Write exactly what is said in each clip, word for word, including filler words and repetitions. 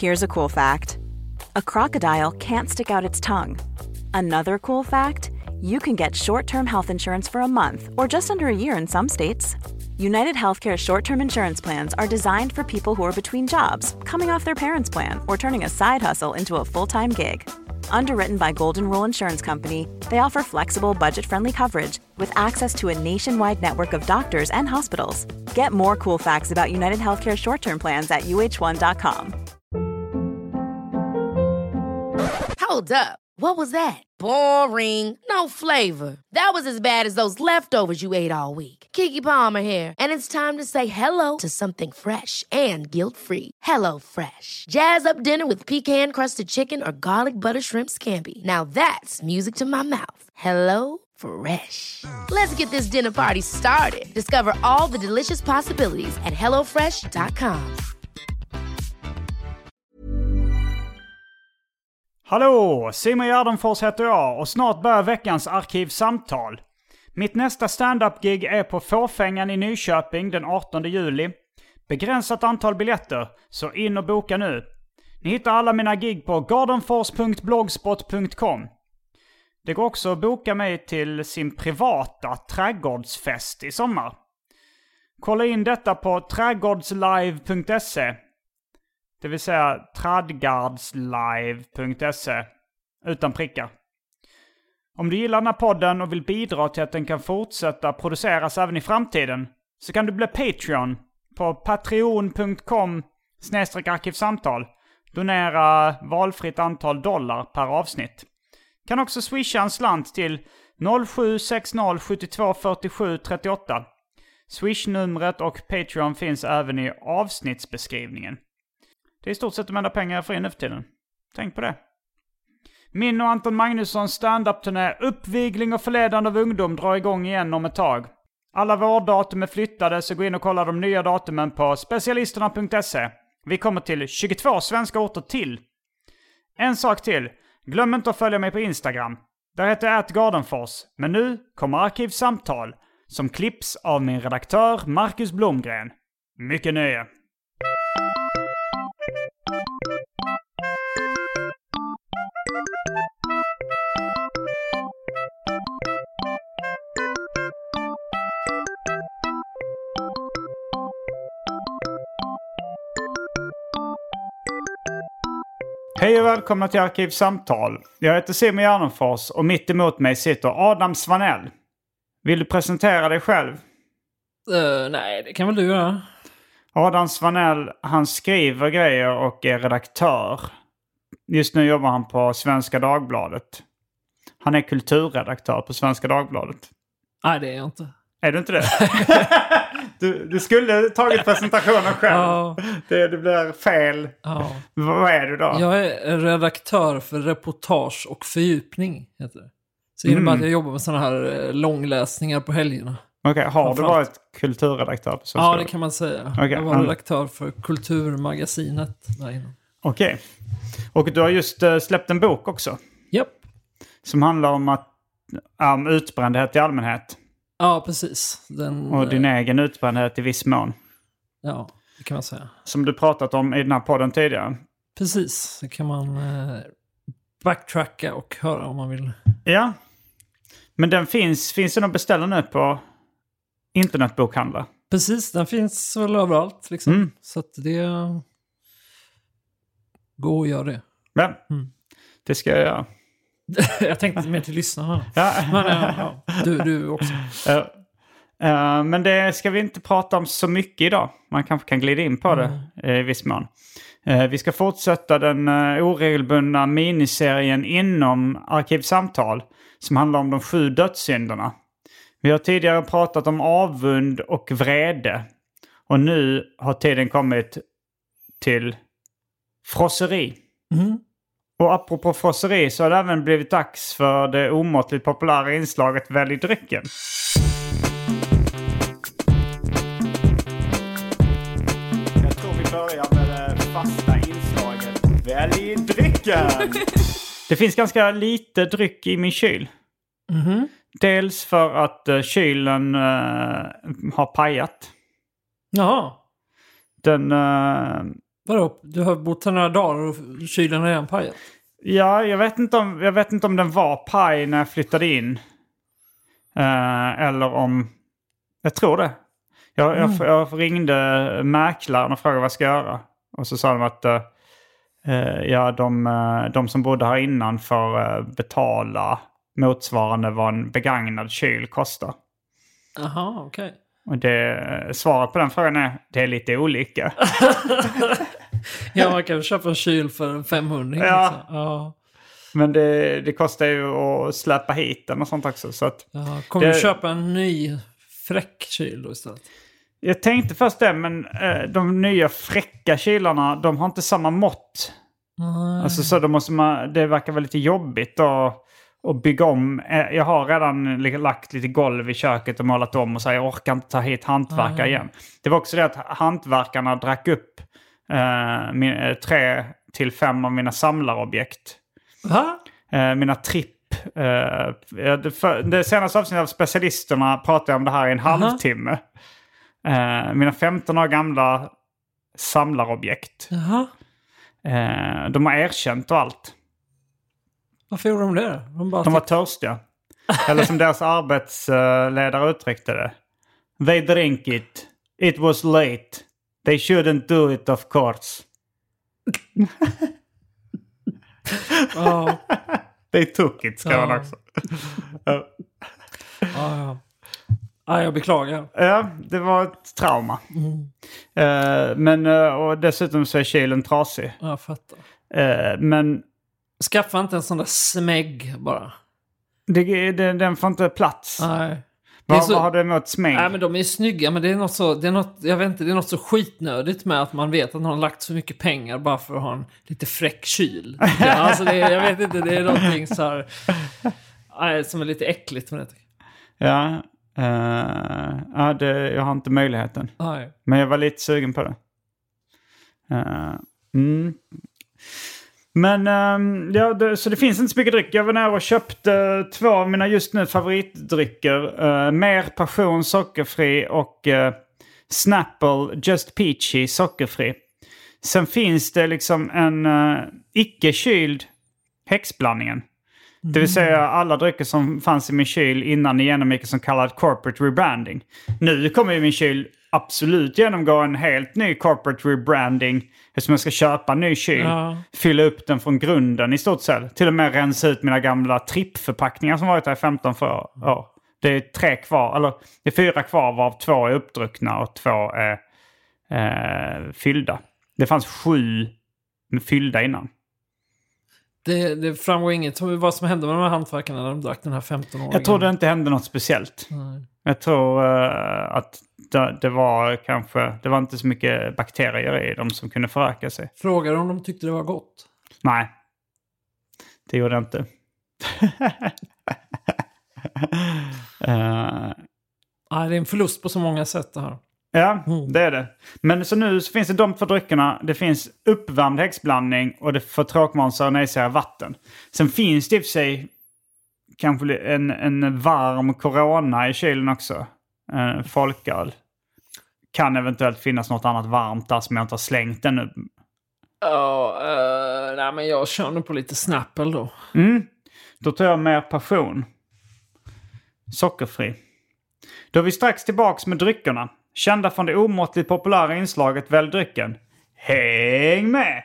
Here's a cool fact. A crocodile can't stick out its tongue. Another cool fact, you can get short-term health insurance for a month or just under a year in some states. United Healthcare short-term insurance plans are designed for people who are between jobs, coming off their parents' plan, or turning a side hustle into a full-time gig. Underwritten by Golden Rule Insurance Company, they offer flexible, budget-friendly coverage with access to a nationwide network of doctors and hospitals. Get more cool facts about United Healthcare short-term plans at U H one dot com. Hold up. What was that? Boring. No flavor. That was as bad as those leftovers you ate all week. Keke Palmer here. And it's time to say hello to something fresh and guilt-free. Hello Fresh. Jazz up dinner with pecan-crusted chicken or garlic butter shrimp scampi. Now that's music to my mouth. Hello Fresh. Let's get this dinner party started. Discover all the delicious possibilities at hello fresh dot com. Hallå, Simon Gärdenfors heter jag och snart börjar veckans arkivsamtal. Mitt nästa stand-up-gig är på Fåfängan i Nyköping den artonde juli. Begränsat antal biljetter, så in och boka nu. Ni hittar alla mina gig på gardenfors punkt blogspot punkt com. Det går också att boka mig till sin privata trädgårdsfest i sommar. Kolla in detta på trädgårdslive punkt se. Det vill säga tradgardslive punkt se. Utan prickar. Om du gillar den här podden och vill bidra till att den kan fortsätta produceras även i framtiden, så kan du bli Patreon på patreon punkt com snedstreck arkivsamtal. Donera valfritt antal dollar per avsnitt. Kan också swisha en slant till noll sju sex noll sju två fyra sju tre åtta. Swish-numret och Patreon finns även i avsnittsbeskrivningen. Det är i stort sett de enda pengar jag får in nu för tiden. Tänk på det. Min och Anton Magnussons stand-up-turné Uppvigling och förledande av ungdom drar igång igen om ett tag. Alla vårdatum är flyttade, så gå in och kolla de nya datumen på specialisterna punkt se. Vi kommer till tjugotvå svenska orter till. En sak till. Glöm inte att följa mig på Instagram. Där heter jag @gardenfors. Men nu kommer arkivsamtal som klipps av min redaktör Marcus Blomgren. Mycket nöje. Hej och välkomna till Arkivsamtal. Jag heter Simon Gärdenfors och mitt emot mig sitter Adam Svanell. Vill du presentera dig själv? Uh, nej, det kan väl du göra. Adam Svanell, han skriver grejer och är redaktör. Just nu jobbar han på Svenska Dagbladet. Han är kulturredaktör på Svenska Dagbladet. Nej, det är jag inte. Är du inte det? du, du skulle tagit presentationen själv. Ja. Det, det blir fel. Ja. Vad är du då? Jag är redaktör för reportage och fördjupning, heter det. Så innebär mm. att jag jobbar med sådana här långläsningar på helgerna. Okej, okay. Har du varit kulturredaktör på Svenska? Ja, det kan man säga. Okay. Jag var redaktör för Kulturmagasinet där innan. Okej. Okay. Och du har just uh, släppt en bok också. Japp. Som handlar om att, um, utbrändhet i allmänhet. Ja, precis. Den, och din eh, egen utbrändhet i viss mån. Ja, det kan man säga. Som du pratat om i den här podden tidigare. Precis, det kan man eh, backtracka och höra om man vill. Ja, men den finns, finns det någon beställare nu på internetbokhandlar? Precis, den finns väl överallt liksom. Mm. Så att det går att göra det. Ja, mm. Det ska jag göra. Jag tänkte mer till lyssnarna. Ja. Men, ja, ja. Du, du också. Uh, uh, men det ska vi inte prata om så mycket idag. Man kanske kan glida in på mm. det uh, i viss mån. Uh, vi ska fortsätta den uh, oregelbundna miniserien inom Arkivsamtal som handlar om de sju dödssynderna. Vi har tidigare pratat om avund och vrede. Och nu har tiden kommit till frosseri. Mm. Och apropå frosseri så har det även blivit dags för det omåttligt populära inslaget Välj drycken. Jag tror vi börjar med det fasta inslaget Välj drycken! Det finns ganska lite dryck i min kyl. Mm-hmm. Dels för att uh, kylen uh, har pajat. Jaha. Den... Uh, Vadå? Du har bott här några dagar och kylen har redan pajat? Ja, jag vet inte om, jag vet inte om den var paj när jag flyttade in. Uh, eller om... Jag tror det. Jag, mm. jag, jag ringde mäklaren och frågade vad jag ska göra. Och så sa de att uh, ja, de, uh, de som bodde här innan får uh, betala motsvarande vad en begagnad kyl kostar. Aha, okej. Okay. Och det, svaret på den frågan är det är lite olika. Ja, man kan köpa en kyl för femhundra. Ja. Liksom. Ja. Men det, det kostar ju att släppa hit den och sånt också. Så att ja, kommer det, du köpa en ny fräck kyl då istället? Jag tänkte först det, men eh, de nya fräcka kylarna, de har inte samma mått. Nej. Alltså så då måste man, det verkar väl lite jobbigt att, att bygga om. Jag har redan lagt lite golv i köket och målat om och så jag orkar inte ta hit hantverkare Nej. igen. Det var också det att hantverkarna drack upp eh, min, tre till fem av mina samlarobjekt. Va? Eh, mina tripp. Eh, det, för, det senaste avsnittet av Specialisterna pratade jag om det här i en Aha. halvtimme. Eh, mina femton år gamla samlarobjekt. Jaha. Eh, de har erkänt och allt. Varför gjorde de det? De, bara De var titt- törstiga. Eller som deras arbetsledare uttryckte det. They drink it. It was late. They shouldn't do it, of course. Ja. They took it, ska Ja. man också. Ja. Ja, ja. Ja, jag beklagar. Ja, det var ett trauma. Mm. Eh, men uh, och dessutom så är kylen trasig. Ja, jag fattar. Uh, men Skaffa inte en sån där smägg bara. det, det, den får inte plats. Nej. Vad, så... vad har du emot smägg? Nej, men de är snygga, men det är något så, det är något, jag vet inte, det är något så skitnödigt med att man vet att någon har lagt så mycket pengar bara för att ha en lite fräck kyl. Ja, alltså det är, jag vet inte, det är någonting så här, nej, som är lite äckligt med det. Ja, uh, ja det, jag har inte möjligheten. Nej. Men jag var lite sugen på det. Uh, mm. Men um, ja, det, så det finns inte så mycket dryck. Jag var nära och köpte två av mina just nu favoritdrycker. Uh, mer passion sockerfri och uh, Snapple Just Peachy sockerfri. Sen finns det liksom en uh, icke-kyld häxblandningen. Mm. Det vill säga alla drycker som fanns i min kyl innan det genomgick en så kallad corporate rebranding. Nu kommer ju min kyl absolut genomgå en helt ny corporate rebranding. Eftersom jag ska köpa en ny kyl. Ja. Fylla upp den från grunden i stort sett. Till och med rensa ut mina gamla trippförpackningar som varit här i femton för år. Ja. Det är tre kvar, eller det är fyra kvar varav två är uppdruckna och två är eh, fyllda. Det fanns sju fyllda innan. Det, det framgår inget vad som hände med de här hantverkarna när de drack den här femton-åringen. Jag tror det inte hände något speciellt. Nej. Jag tror uh, att det, det var kanske, det var inte så mycket bakterier i dem som kunde föröka sig. Frågar om de tyckte det var gott? Nej, det gjorde jag inte. uh, Nej, det är en förlust på så många sätt det här. Ja, mm. det är det. Men så nu så finns det de två dryckerna. Det finns uppvärmd häxblandning och det för tråkmånsar och nejsäga vatten. Sen finns det i och för sig kanske en, en varm corona i kylen också. En folköl. Kan eventuellt finnas något annat varmt där som jag inte har slängt ännu. Ja, uh, nej men jag kör nog på lite Snapple då. Mm. Då tar jag mer passion. Sockerfri. Då är vi strax tillbaks med dryckerna. Kända från det omåttligt populära inslaget Välj drycken. Häng med!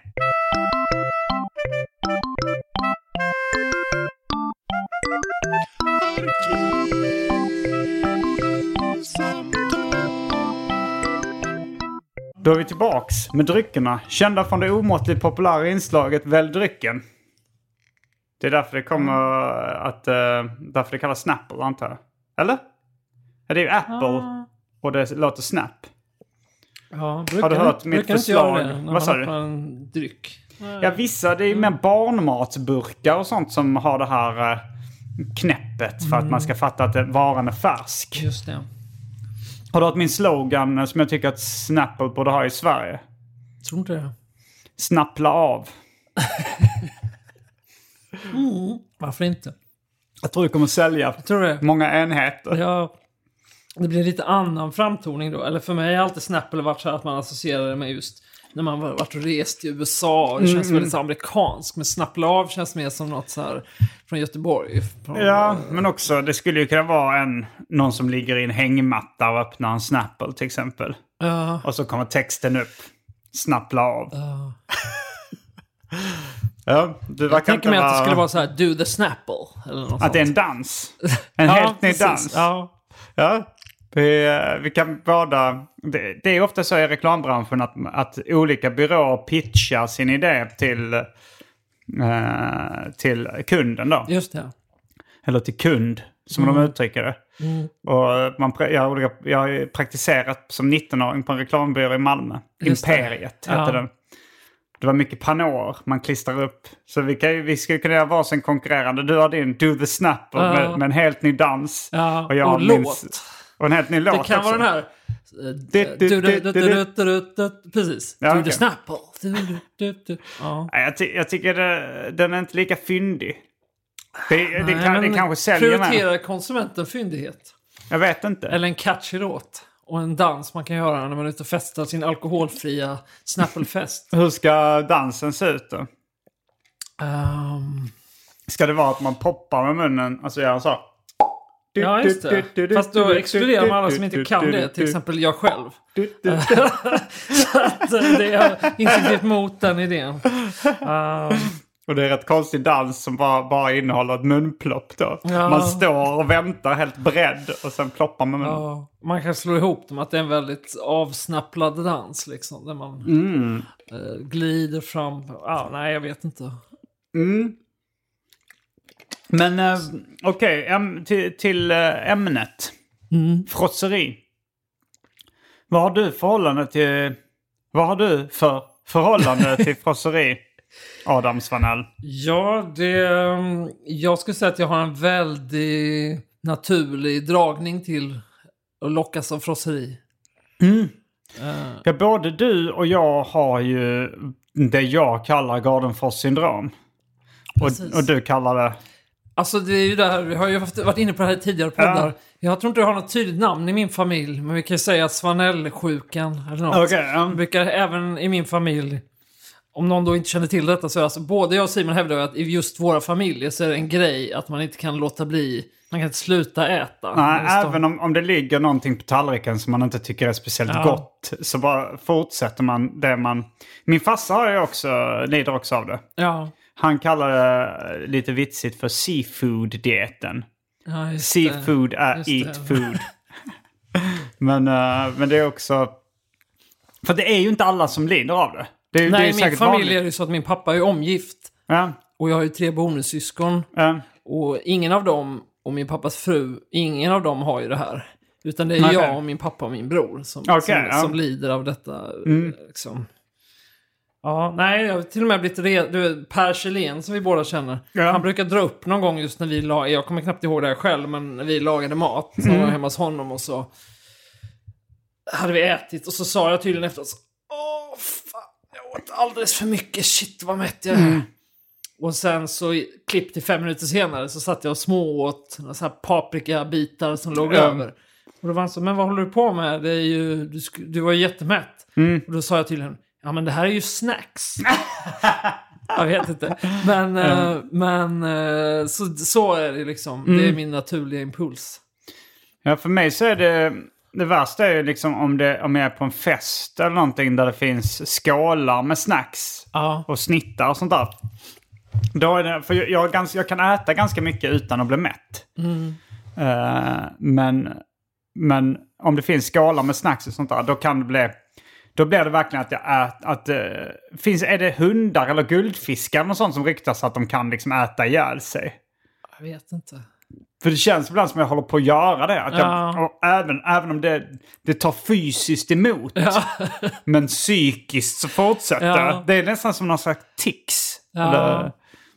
Då är vi tillbaks med dryckerna. Kända från det omåttligt populära inslaget Välj drycken. Det är därför det kommer att... Uh, därför det kallas Snapple, antar jag. Eller? Ja, det är ju Apple. Ah. Och det låter Snap. Ja, brukar, har du hört mitt förslag? Det, vad sa du? En dryck. Ja, vissa det är ju mm. med barnmatsburkar och sånt som har det här uh, knäppet för mm. att man ska fatta att varan är färsk. Just det. Har du hört min slogan som jag tycker att Snapple borde ha i Sverige? Jag tror inte det. Snappla av. mm. Varför inte? Jag tror det kommer sälja jag tror det. många enheter. Ja. Det blir lite annan framtoning då. Eller för mig har alltid Snapple varit så att man associerar det med just när man var- varit och rest i U S A. Det känns väldigt så amerikanskt. Men Snappla av känns mer som något så här från Göteborg. Från, Ja, men också det skulle ju kunna vara en, någon som ligger i en hängmatta och öppnar en Snapple till exempel. Ja. Och så kommer texten upp. Snappla av. Ja. Ja, du Jag verkar tänker inte mig att det vara- skulle vara så här, do the Snapple. Eller något Att det är en sånt. dans. En Ja, helt ny precis. dans. Ja. Ja. Vi, vi kan båda... Det, det är ofta så i reklambranschen att, att olika byråer pitchar sin idé till, eh, till kunden då. Just det. Eller till kund, som Mm. de uttrycker det. Och man, jag, har olika- jag har ju praktiserat som nittonåring på en reklambyrå i Malmö. Just det. Imperiet hette Ja. den. Det var mycket panorer man klistrar upp. Så vi, kan, ju- vi skulle kunna göra varsin konkurrerande. Du har din Do the Snapple Ja. med, med en helt ny dans. Ja, Och jag och har låt. min- Och en helt ny låt Det kan också. vara den här... Du- du- du- du- du- Precis. Ja, Do the okej. Snapple. Du- du- du- du. Ja. Nej, jag, ty- jag tycker det, den är inte lika fyndig. Det, det, Nej, kan, det men kanske säljer med. prioriterar konsumenten fyndighet? Jag vet inte. Eller en catchy låt. Och en dans man kan göra när man är ute och festar sin alkoholfria Snapple-fest. Hur ska dansen se ut då? Um, Ska det vara att man poppar med munnen? Alltså jag så. ja, just det. Fast då exkluderar man alla som inte kan det. Till exempel jag själv. Så att eh, det är instinktivt mot den idén. Um, Och det är rätt konstig dans som bara, bara innehåller ett munplopp då. Ja. Man står och väntar helt beredd och sen ploppar med munnen. ja, man kan slå ihop dem att det är en väldigt avsnapplad dans liksom. Där man Mm. eh, glider fram. Ja, nej, jag vet inte. Mm. Men eh, okej, äm- till, till eh, ämnet. Mm. Frosseri. Vad har du förhållande till... Vad har du för förhållande till frosseri, Adam Svanell? Ja, det... mm, Jag skulle säga att jag har en väldigt naturlig dragning till att lockas av frosseri. Mm. Eh, Ja, både du och jag har ju det jag kallar Gardenfors-syndrom. Precis. Och, och du kallar det... Alltså det är ju det här, vi har ju haft- varit inne på det här i tidigare poddar. Ja. Jag tror inte jag har något tydligt namn i min familj, men vi kan ju säga Svanell-sjukan eller något. Okej, ja. Det brukar även i min familj, om någon då inte känner till detta, så är alltså både jag och Simon hävdar ju att i just våra familjer så är det en grej att man inte kan låta bli, man kan inte sluta äta. Nej, Just då. även om, om det ligger någonting på tallriken som man inte tycker är speciellt Ja. gott, så bara fortsätter man det man... Min farsa har ju också, lider också av det. Ja, Han kallar det lite vitsigt för seafood-dieten. ja just Seafood är Just eat det. food. men, eh, men det är också... För det är ju inte alla som lider av det. Det är, ju- det är Nej, ju i min säkert familj vanligt. är det ju så att min pappa är omgift. Ja, Och jag har ju tre bonussyskon. ja. Och ingen av dem och min pappas fru, ingen av dem har ju det här. Utan det är Okej. jag och min pappa och min bror som, Okej, som, ja. som lider av detta. Mm. Liksom. Ja, nej, jag har till och med blivit red, du vet, Per Kjellén som vi båda känner. Ja. Han brukar dra upp någon gång just när vi la, jag kommer knappt ihåg det här själv, men när vi lagade mat. Så Mm. var jag hemma hos honom och så hade vi ätit och så sa jag tydligen efteråt så, åh fan, jag åt alldeles för mycket, shit vad mätt jag är. Mm. Och sen så i- klipp till fem minuter senare så satt jag och smååt några så här paprikabitar som låg Ja. över. Och då var han så, men vad håller du på med? Det är ju, du, sk- du var ju jättemätt. Mm. Och då sa jag tydligen, ja men det här är ju snacks. Jag vet inte. Men, eh, men eh, så, så är det liksom. Det Mm. är min naturliga impuls. Ja, för mig så är det... Det värsta är ju liksom om, det, om jag är på en fest eller någonting där det finns skålar med snacks Ja. och snittar och sånt där. Då är det, för jag, jag, är ganska, jag kan äta ganska mycket utan att bli mätt. Mm. Eh, men, men om det finns skålar med snacks och sånt där, då kan det bli... Då blir det verkligen att jag äter... Att, uh, finns, är det hundar eller guldfiskar och sånt som ryktas att de kan liksom äta ihjäl sig? Jag vet inte. För det känns ibland som jag håller på att göra det. Att jag, Ja. och även, även om det, det tar fysiskt emot. Ja. Men psykiskt så fortsätter Ja. det. är nästan som någon slags tics. Ja. Eller,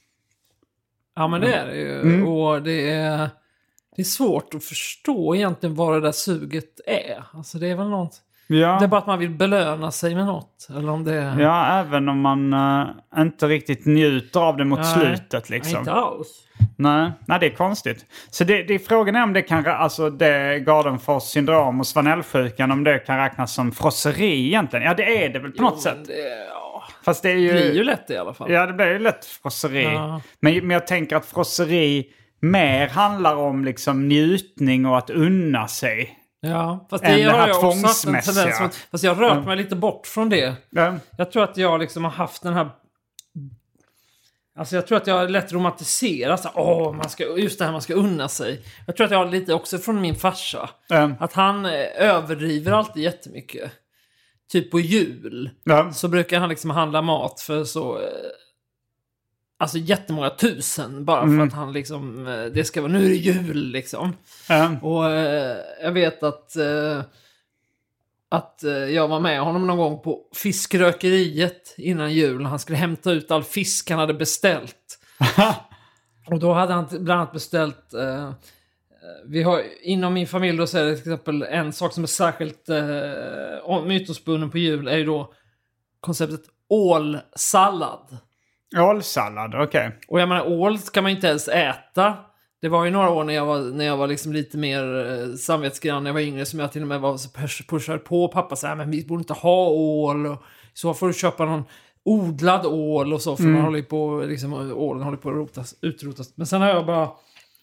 Ja, men det är det ju. Mm. Och det är, det är svårt att förstå egentligen vad det där suget är. Alltså det är väl något... ja. Det är bara att man vill belöna sig med något. Eller om det är... ja, även om man uh, inte riktigt njuter av det mot Nej. slutet Nej, liksom. inte alls. Nej, nej, det är konstigt. Så det, det är frågan är om det kan, alltså det Gardenfors syndrom och svanellsjukan, om det kan räknas som frosseri egentligen. Ja, det är det väl på något Jo, sätt. Det, ja. Fast det är ju... det blir ju lätt i alla fall. Ja, det blir ju lätt frosseri. Ja. Men, men jag tänker att frosseri mer handlar om liksom njutning och att unna sig. Ja, fast Än det, det har här jag också haft en tvångsmässiga. tendens att, fast jag har rört mig lite bort från det. Ja. Jag tror att jag liksom har haft den här... Alltså jag tror att jag har lätt romantiserat. Så, åh, man ska, just det här, man ska unna sig. Jag tror att jag har lite också från min farsa. Ja. Att han eh, överdriver alltid jättemycket. Typ på jul. Ja. Så brukar han liksom handla mat för så... Eh, alltså jättemånga tusen. Bara Mm. för att han liksom... Eh, det ska vara... Nu är det jul liksom. Ja. Och eh, jag vet att... Eh, att eh, jag var med honom någon gång på fiskrökeriet innan jul. Han skulle hämta ut all fisk han hade beställt. Och då hade han bland annat beställt... Eh, vi har, inom min familj då så är det till exempel en sak som är särskilt eh, mytomspunnen på jul är ju då konceptet ålsallad. Ålsallad, okej. Okay. Och jag menar, ål kan man inte ens äta. Det var ju några år när jag var, när jag var liksom lite mer eh, samvetsgrann när jag var yngre, som jag till och med var så pushade på pappa så här, men vi borde inte ha ål, och så får du köpa någon odlad ål och så, för mm. man håller ju på liksom, ålen håller på att rotas, utrotas. Men sen har jag bara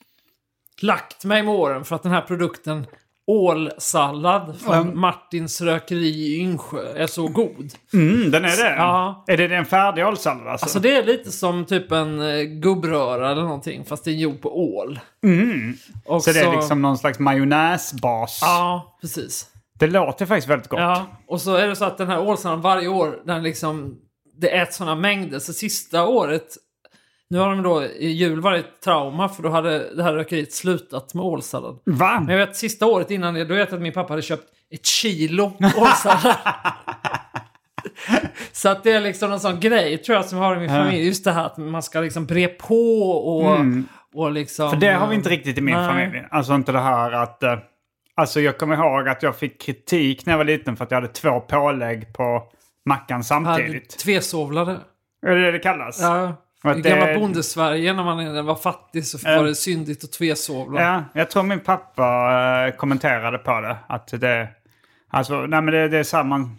lagt mig med åren för att den här produkten ålsallad från mm. Martins rökeri i Yngsjö är så god. Mm, den är det? Ja. Är det en färdig ålsallad alltså? Alltså det är lite som typ en eh, gubbröra eller någonting, fast det är gjord på ål. Mm. Och så, så det är liksom någon slags majonnäsbas? Ja, precis. Det låter faktiskt väldigt gott. Ja, och så är det så att den här ålsalladen varje år, den liksom, det äts sådana mängder. Så sista året, nu har de då i jul varit trauma, för då hade det här rökeriet slutat med ålsallad. Va? Men jag vet, sista året innan det, då vet jag att min pappa hade köpt ett kilo ålsallad. Så att det är liksom en sån grej, tror jag, som jag har i min familj. Just det här att man ska liksom bre på och, mm. och liksom... För det har vi inte riktigt i min nej. familj. Alltså inte det här att... Alltså jag kommer ihåg att jag fick kritik när jag var liten för att jag hade två pålägg på mackan samtidigt. Tvesovlade. Är det det det kallas? Ja. I det... gamla bondesverige när man var fattig så var det syndigt och tvesovla. Ja, jag tror min pappa äh, kommenterade på det. Att det... Alltså, nej men det, det är samma...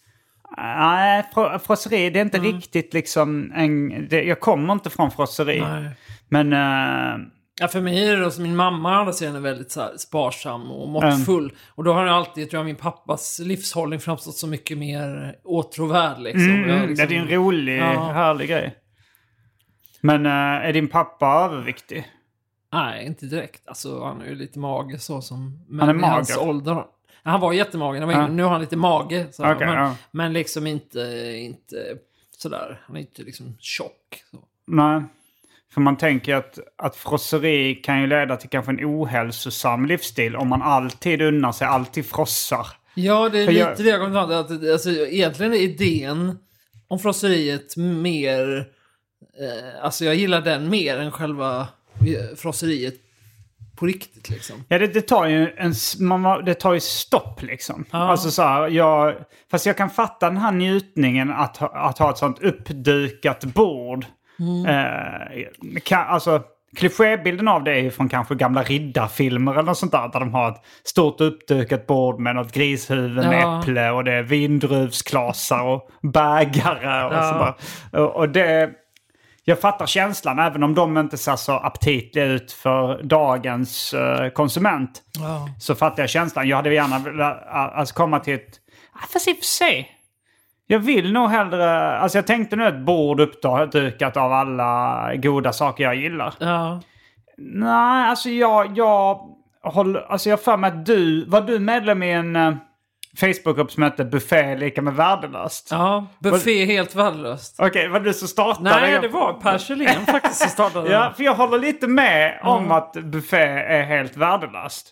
Nej, äh, frosseri, det är inte mm. riktigt liksom... En, det, jag kommer inte från frosseri. Nej. Men... Äh, ja, för mig är det då som min mamma, andra sidan är väldigt så här sparsam och måttfull. Mm. Och då har jag alltid, tror jag, min pappas livshållning framstått så mycket mer åtråvärd liksom. Mm, jag liksom... Det är en rolig, ja. härlig grej. Men äh, är din pappa överviktig? Nej, inte direkt. Alltså han är ju lite mage så som... Men han är mager? Hans ålder... Han var jättemager. Han var ja. Nu har han lite mage. Så okay, men, ja. men liksom inte, inte sådär. Han är inte liksom tjock. Så. Nej. För man tänker att, att frosseri kan ju leda till kanske en ohälsosam livsstil om man alltid unnar sig, alltid frossar. Ja, det är För lite jag... det jag kommer att alltså, alltså, egentligen är idén om frosseriet mer... Eh, alltså jag gillar den mer än själva frosseriet på riktigt liksom. Ja, det, det tar ju en, man, det tar ju stopp liksom. Ja. Alltså så här, jag... Fast jag kan fatta den här njutningen att, att ha ett sånt uppdukat bord. Mm. Eh, kan, alltså klichébilden av det är ju från kanske gamla riddarfilmer eller något sånt där, där de har ett stort uppdukat bord med något grishuvud med ja. äpple och det är vindruvsklasar och bägare och ja. sådär. Och, och det, jag fattar känslan även om de inte ser så aptitliga ut för dagens uh, konsument. Ja. Så fattar jag känslan. Jag hade gärna velat alltså, komma till ett... Fast i och för sig... Jag vill nog hellre... Alltså jag tänkte nu ett bord uppdukat av alla goda saker jag gillar. Ja. Nej, alltså jag... Jag håller... Alltså jag för mig att du... Var du medlem i en uh, Facebookgrupp som heter Buffé lika med värdelöst? Ja, Buffé var... helt värdelöst. Okej, okay, var du som startade? Nej, jag... det var Per Kjellén faktiskt som startade. Ja, för jag håller lite med om mm. att Buffé är helt värdelöst.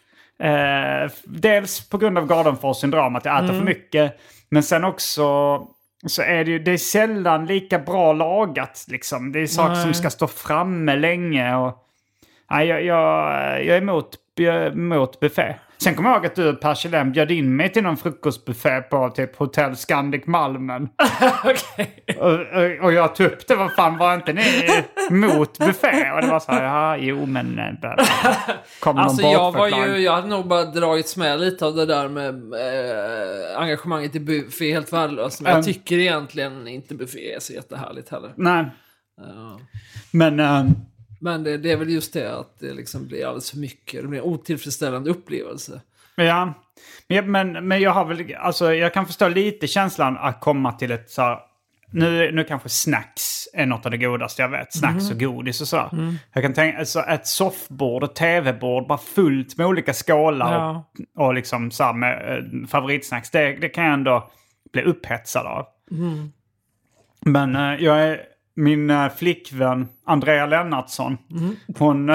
Eh, dels på grund av Gardenfors syndrom, att jag äter mm. för mycket. Men sen också så är det ju det är sällan lika bra lagat liksom. Det är saker nej. som ska stå framme länge och nej, jag, jag, jag är emot, jag är emot buffé. Sen kommer jag ihåg att du och Per Kjellén bjöd in mig till någon frukostbuffé på typ Hotell Scandic Malmen. Okej. Och, och jag tog upp det, vad fan var inte ni mot buffé? Och det var så här, ja, jo men... Äh, kom Alltså någon jag var bortförklaring. ju, jag hade nog bara dragits med lite av det där med eh, engagemanget i buffé helt värdelöst. Men Mm. jag tycker egentligen inte buffé är så jättehärligt heller. Nej, Ja. men... Äh, Men det, det är väl just det att det liksom blir alldeles för mycket. Det blir en otillfredsställande upplevelse. ja, men, jag- men, men jag har väl... Alltså jag kan förstå lite känslan att komma till ett så här... Nu, nu kanske snacks är något av det godaste jag vet. Snacks och godis och sådär. Mm. Jag kan tänka alltså ett soffbord och tv-bord bara fullt med olika skålar Ja. och, och liksom så här med eh, favoritsnacks. Det, det kan jag ändå bli upphetsad av. Mm. Men eh, jag är, min eh, flickvän Andrea Lennartsson, Mm. hon,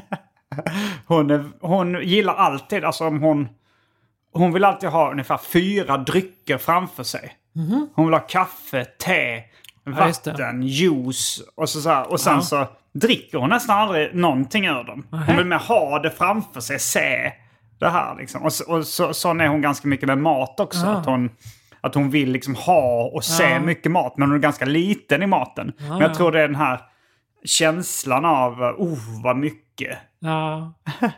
hon, är- hon gillar alltid, alltså om hon, hon vill alltid ha ungefär fyra drycker framför sig. Hon vill ha kaffe, te, Ja, just det. vatten, juice och så, så här. Och sen Ja. så dricker hon nästan aldrig någonting ur dem. Hon vill med ha det framför sig, se det här liksom. Och, så, och så, sån är hon ganska mycket med mat också. Ja. Att hon, att hon vill liksom ha och se Ja. mycket mat, men hon är ganska liten i maten. Men jag tror det är den här känslan av, oh vad mycket. Ja.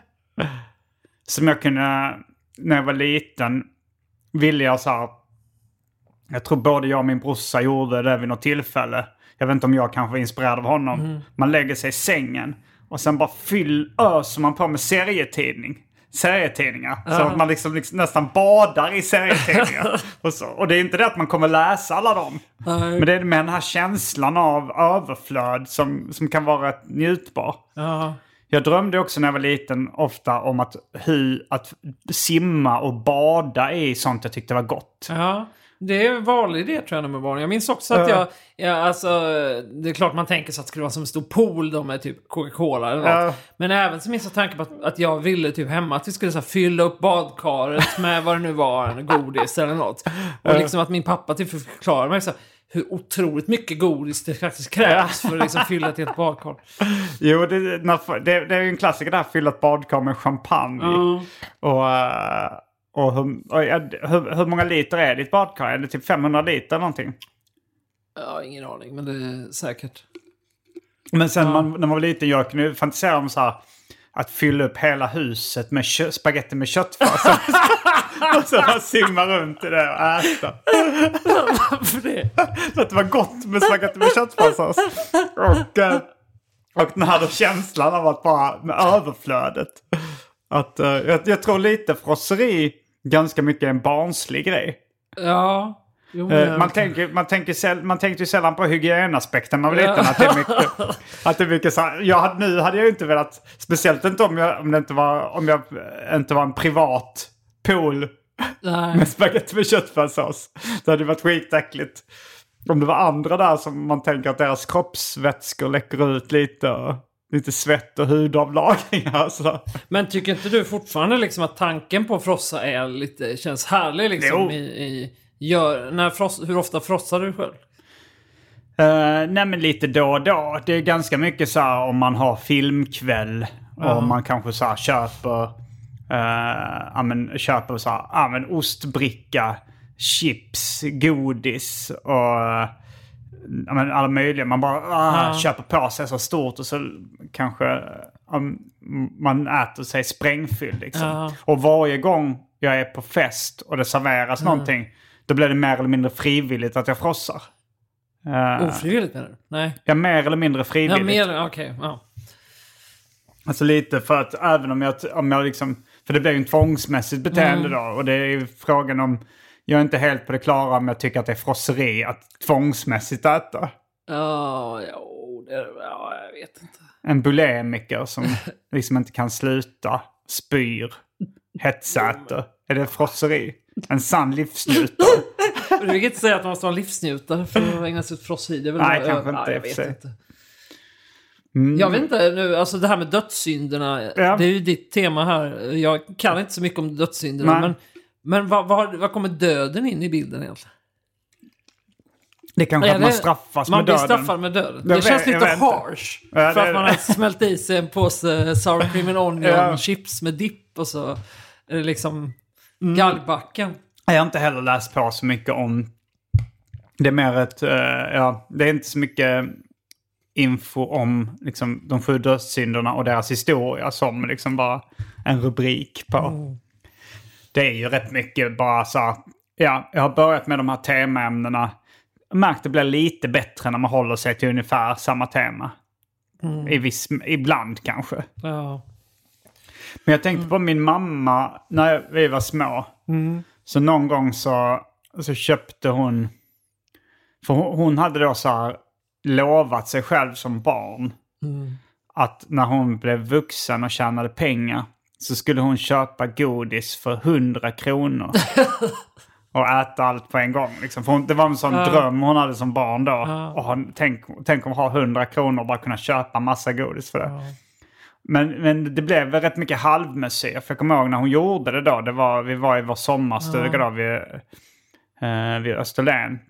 Som jag kunde, när jag var liten, ville jag så här, jag tror både jag och min brorsa gjorde det vid något tillfälle. Jag vet inte om jag kanske var inspirerad av honom. Mm. Man lägger sig i sängen och sen bara fyll, öser man på med serietidning. Serietidningar. Så att man liksom, liksom nästan badar i serietidningar. och, så. Och det är inte det att man kommer läsa alla dem. Nej. Men det är med den här känslan av överflöd som, som kan vara rätt njutbar. Ja. Jag drömde också när jag var liten ofta om att, hur, att simma och bada i sånt jag tyckte var gott. Ja. Det är en vanlig idé tror jag med barn. Jag minns också att jag, jag alltså, det är klart man tänker sig att det skulle vara som en stor pool då med typ Coca-Cola eller något. Ja. Men även så minns jag tanken på att, att jag ville typ hemma att vi skulle så här, fylla upp badkaret med vad det nu var, en godis eller något. Och liksom att min pappa typ förklarade mig så här, hur otroligt mycket godis det faktiskt krävs för att liksom fylla ett helt badkar. Jo, det, när, det, det är ju en klassiker där, fylla ett badkar med champagne. Mm. Och, eh, och, hur, och ja, hur, hur många liter är ditt badkar? Är det typ femhundra liter eller någonting? Ja, ingen aning, men det är säkert. Men sen man, när man var liten, jag kunde fantisera om så här, att fylla upp hela huset med kö- spaghetti med köttfärs. Och så bara simma runt i det och äta. För det. Så att det var gott med spaghetti med köttfärssås. Och, eh, och den här då känslan av att bara, med överflödet. Att, eh, jag, jag tror lite frosseri ganska mycket är en barnslig grej. Ja. Jo, Eh, men- man, tänker, man, tänker säl, man tänkte ju sällan på hygienaspekten när man var liten. Att det är mycket, att det är mycket så här, jag hade, nu hade jag ju inte velat, speciellt inte om jag, om det inte var, om jag inte var en privat pool Nej. med spaghetti med köttfärssås. Det hade varit skitäckligt. Om det var andra där som man tänker att deras kroppsvätskor läcker ut lite. Och lite svett och hudavlagringar. Så. Men tycker inte du fortfarande liksom att tanken på att frossa är lite, känns härlig liksom Jo. i, i gör, när fross, hur ofta frossar du själv? Uh, nej men lite då och då. Det är ganska mycket så här om man har filmkväll. Och man kanske så här köper, uh, ja, men, köper så här, ja, men, ostbricka, chips, godis och ja, men, alla möjliga. Man bara uh, köper på sig så stort och så kanske um, man äter sig sprängfylld liksom. Ja. Och varje gång jag är på fest och det serveras någonting, då blir det mer eller mindre frivilligt att jag frossar. Uh, Ofrivilligt menar du? Nej. Ja, mer eller mindre Ja, frivilligt. mer, okej. Ja. Alltså lite för att även om jag, om jag liksom... För det blir ju en tvångsmässigt beteende Mm. då. Och det är ju frågan om... Jag är inte helt på det klara om jag tycker att det är frosseri att tvångsmässigt äta. Ja, ja, det, ja, jag vet inte. En bulimiker som liksom inte kan sluta, spyr, hetsäter. Är det frosseri? En sann livsnjutare. Du vill inte säga att man måste vara livsnjutare för att ägna sig åt frosseri. Det är väl Nej, bara- kanske inte, Ja, i jag och för vet sig. inte. Jag vet inte nu, alltså det här med dödssynderna, Ja. det är ju ditt tema här. Jag kan inte så mycket om dödssynderna, Nej. men, men vad, vad, vad kommer döden in i bilden egentligen? Det är kanske Är att man det- straffas Man med blir döden. straffad med döden. Jag Det känns vet- jag lite vet inte. harsh. Ja, för det- att man har smält i sig en påse sour cream and onion Ja. chips med dipp och så Är det liksom mm. galgbacken? Jag har inte heller läst på så mycket om... Det är mer ett... Uh, ja, det är inte så mycket info om liksom, de sju dödssynderna och deras historia som liksom bara en rubrik på. Mm. Det är ju rätt mycket bara så här, ja, jag har börjat med de här temaämnena. Jag märkt att det blir lite bättre när man håller sig till ungefär samma tema. Mm. I viss, ibland kanske. Ja. Men jag tänkte mm. på min mamma när vi var små. Mm. Så någon gång så, så köpte hon... För hon, hon hade då så här lovat sig själv som barn. Mm. Att när hon blev vuxen och tjänade pengar så skulle hon köpa godis för hundra kronor. Och äta allt på en gång. Liksom. För hon, det var en sån uh. dröm hon hade som barn då. Uh. Och hon, tänk, tänk om ha hundra kronor och bara kunna köpa massa godis för det. Uh. Men, men det blev rätt mycket halvmuseer. För jag kommer ihåg när hon gjorde det då. Det var, vi var i vår sommarstuga uh. då vid, eh, vid Österlen.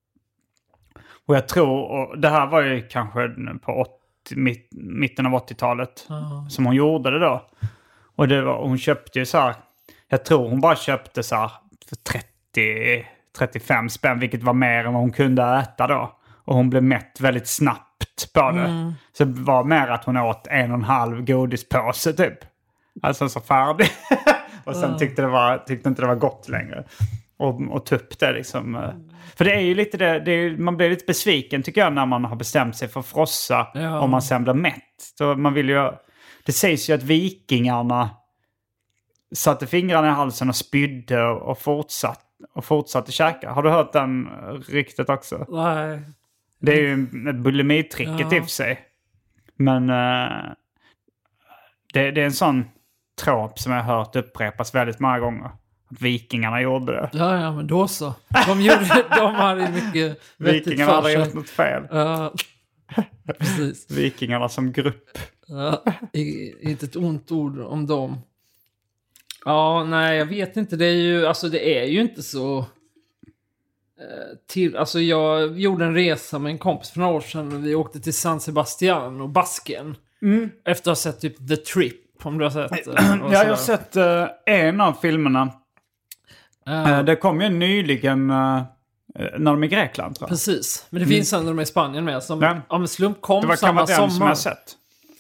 Och jag tror, och det här var ju kanske på åttio, mitt, mitten av åttiotalet uh. som hon gjorde det då. Och det var, hon köpte ju så här, jag tror hon bara köpte så här för trettio till trettiofem spänn, vilket var mer än vad hon kunde äta då. Och hon blev mätt väldigt snabbt på det. Mm. Så det var mer att hon åt en och en halv godispåse typ. Alltså så färdig. Och sen mm. tyckte, det var, tyckte inte det var gott längre. Och, och tupp det liksom. Mm. För det är ju lite det, det är, man blir lite besviken tycker jag när man har bestämt sig för att frossa. Ja. Om man sen blir mätt. Så man vill ju, det sägs ju att vikingarna satte fingrarna i halsen och spydde och fortsatte. Och fortsatte käka. Har du hört den ryktet också? Nej. Det är ju ett bulimitricket ja. i och för sig. Men uh, det, det är en sån trop som jag har hört upprepas väldigt många gånger. Att vikingarna gjorde det. Ja, ja, men då så. De, gjorde, de hade mycket vikingarna hade gjort något fel. Ja, precis. Vikingarna som grupp. Ja, inte ett ont ord om dem. Ja, nej, jag vet inte. Det är ju, alltså det är ju inte så eh, till, alltså jag gjorde en resa med en kompis för några år sedan och vi åkte till San Sebastian och Basken. Mm. Efter att ha sett typ The Trip, om du har sett. Eh, ja, jag har sett uh, en av filmerna. Uh, uh, det kom ju nyligen uh, när de är i Grekland, tror jag. Precis, men det mm. finns en när de är i Spanien med som ja. om slump kom det var samma sommar. som jag har sett.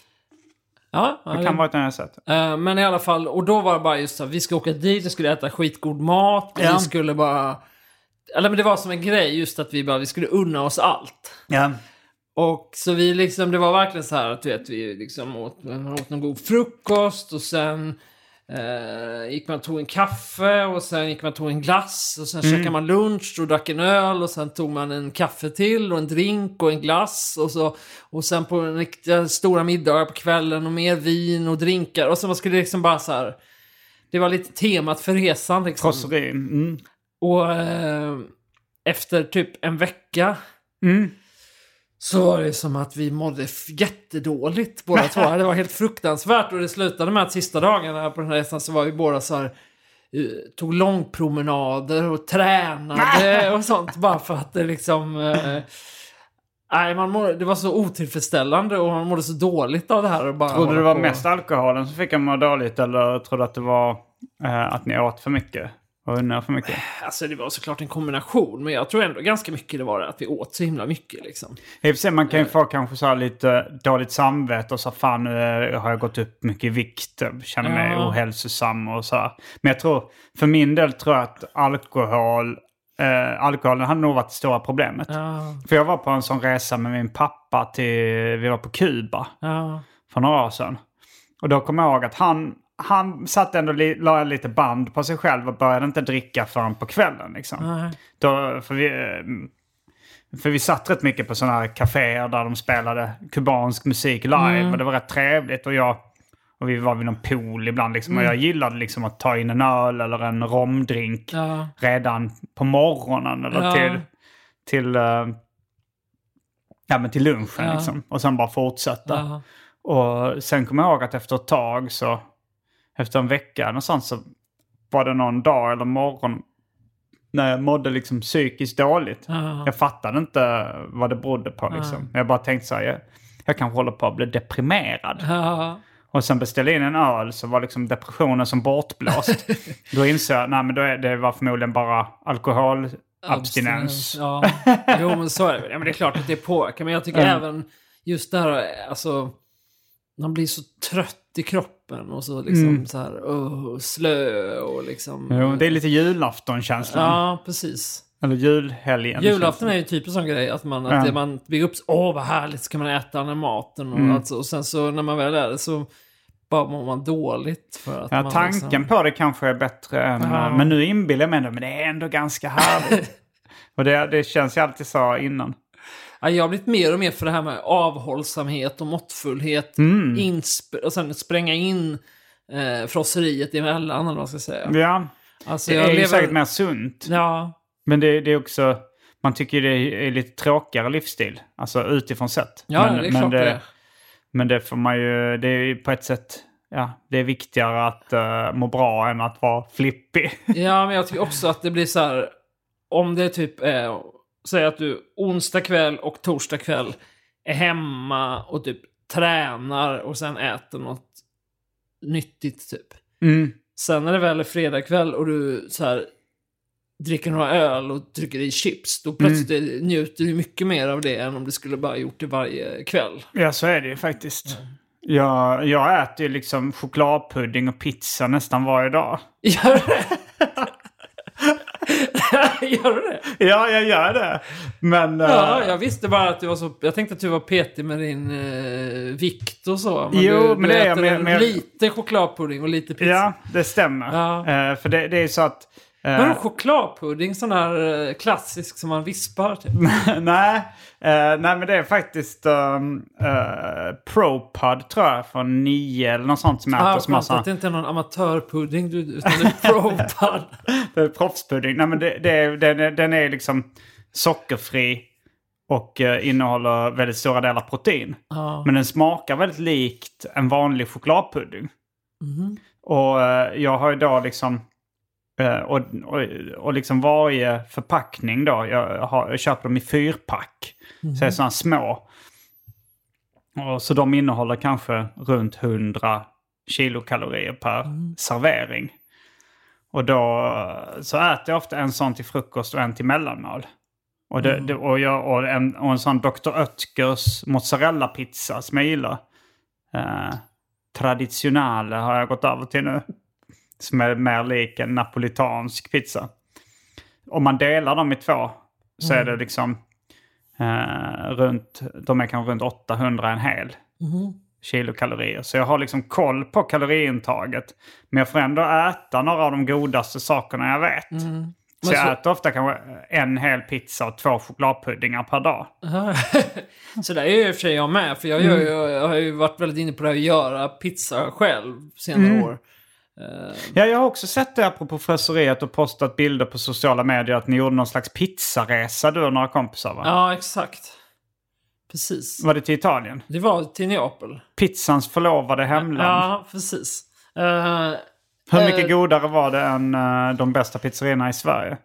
Ja, det kan ja, vara ett annat sätt. Uh, men i alla fall, och då var det bara just så vi ska åka dit, vi skulle äta skitgod mat och ja. vi skulle bara, eller men det var som en grej just att vi bara, vi skulle unna oss allt. Ja. Och så vi liksom, det var verkligen så här att du vet, vi liksom åt, åt någon god frukost och sen uh, gick man och tog en kaffe och sen gick man och tog en glass och sen mm. käkade man lunch och drack en öl och sen tog man en kaffe till och en drink och en glass och så och sen på en riktiga stora middagar på kvällen och mer vin och drinkar och så man skulle liksom bara så här, det var lite temat för resan liksom. Mm. Och uh, efter typ en vecka mm. så var det som att vi mådde jättedåligt båda två. Det var helt fruktansvärt och det slutade med att sista dagarna på den här resan så var vi båda så här, tog långpromenader och tränade och sånt bara för att det liksom eh, nej, man mådde, det var så otillfredsställande och man mådde så dåligt av det här och bara. Trodde du det var på. Mest alkoholen som fick en må dåligt eller trodde att det var eh, att ni åt för mycket? Och unnar för mycket? Alltså det var såklart en kombination, men jag tror ändå ganska mycket det var det att vi åt så himla mycket liksom. I och för sig, man kan ju få kanske så här lite dåligt samvete och så fan nu har jag gått upp mycket i vikt, känner mig ja. ohälsosam och så här. Men jag tror, för min del tror jag att alkohol eh, alkoholen hade nog varit det stora problemet. Ja. För jag var på en sån resa med min pappa till, vi var på Kuba ja. för några år sedan. Och då kom jag ihåg att han Han satt ändå li- la lite band på sig själv och började inte dricka förrän på kvällen. Liksom. Mm. Då, för, vi, för vi satt rätt mycket på sådana här kaféer där de spelade kubansk musik live. Mm. Och det var rätt trevligt. Och, jag, och vi var vid någon pool ibland. Liksom, mm. Och jag gillade liksom att ta in en öl eller en romdrink ja. redan på morgonen. Eller ja. till, till, uh, ja, men till lunchen. Ja. Liksom, och sen bara fortsätta. Ja. Och sen kom jag ihåg att efter ett tag så... Efter en vecka någonstans så var det någon dag eller morgon när jag mådde liksom psykiskt dåligt. Uh-huh. Jag fattade inte vad det berodde på liksom. Uh-huh. Jag bara tänkte så här, jag, jag kanske håller på att bli deprimerad. Uh-huh. Och sen beställde in en öl så var liksom depressionen som bortblåst. Då insåg jag, nej men då är, det var förmodligen bara alkoholabstinens. Ja, jo men så är det. Ja, men det är klart att det påverkar. Men jag tycker mm. även just det här, alltså man blir så trött i kroppen och så liksom mm. så här oh, slö och liksom. Jo, det är lite julafton-känslan. Ja, precis. Eller julhelgen. Julafton är ju typ en sån grej att man, att ja. det, man bygger upp, åh vad härligt, ska man äta den här maten och, mm. alltså, och sen så när man väl är det så bara mår man dåligt. För att ja, man tanken liksom... på det kanske är bättre än, ja. men nu inbillar jag mig ändå, men det är ändå ganska härligt. Och det, det känns ju alltid så innan. Ja, jag har blivit mer och mer för det här med avhållsamhet och måttfullhet mm. insp- och sen spränga in eh, frosseriet emellan, eller vad man ska säga. Ja, alltså, det jag är lever... ju säkert mer sunt. Ja. Men det, det är också, man tycker det är lite tråkigare livsstil. Alltså utifrån sett. Ja, men, det är men klart det. det. Men det får man ju, det är ju på ett sätt, ja, det är viktigare att uh, må bra än att vara flippig. Ja, men jag tycker också att det blir så här, om det typ är, säg att du onsdag kväll och torsdag kväll är hemma och typ tränar och sen äter något nyttigt typ. Mm. Sen när det väl är fredag kväll och du så här dricker några öl och trycker i chips, då plötsligt mm. njuter du mycket mer av det än om du skulle bara gjort det varje kväll. Ja, så är det ju faktiskt. Mm. Jag, jag äter ju liksom chokladpudding och pizza nästan varje dag. Gör det? Gör du det? Ja, jag gör det. Men, ja, uh... jag visste bara att du var så... Jag tänkte att du var petig med din uh, vikt och så. Men jo, du, men du det är äter jag. Men, lite chokladpudding och lite pizza. Ja, det stämmer. Ja. Uh, för det, det är så att... Uh... Men chokladpudding, sån här uh, klassisk som man vispar typ. nej, uh, nej, men det är faktiskt um, uh, ProPud tror jag från nio eller något sånt som äter. Ah, som massa... att det inte är någon amatörpudding du, utan det är ProPud. Det är proffspudding. Nej, men det, det är, den, den är liksom sockerfri och uh, innehåller väldigt stora delar protein. Ah. Men den smakar väldigt likt en vanlig chokladpudding. Mm. Och uh, jag har idag liksom... Uh, och, och, och liksom varje förpackning då, jag, har, jag köper dem i fyrpack. Mm. Så det är sådana små. Och så de innehåller kanske runt hundra kilokalorier per mm. servering. Och då så äter jag ofta en sån till frukost och en till mellanmål. Och, det, mm. det, och, jag, och, en, och en sån doktor Oetkers mozzarella pizza som jag gillar. Uh, traditionale har jag gått över till nu. Som är mer lik en napolitansk pizza. Om man delar dem i två så mm. är det liksom eh, runt, de är kanske runt åttahundra en hel mm. kilokalorier. Så jag har liksom koll på kaloriintaget. Men jag får ändå äta några av de godaste sakerna jag vet. Mm. Så, så jag äter ofta kanske en hel pizza och två chokladpuddingar per dag. Så det är ju i och för sig jag med. För jag, mm. gör, jag har ju varit väldigt inne på det här att göra pizza själv senare mm. år. Uh, ja, jag har också sett det apropå fräseriet och postat bilder på sociala medier att ni gjorde någon slags pizzaresa, du och några kompisar, va? Ja, exakt. Precis. Var det till Italien? Det var till Neapel. Pizzans förlovade hemland. Ja, precis. Uh, Hur mycket uh, godare var det än uh, de bästa pizzerierna i Sverige?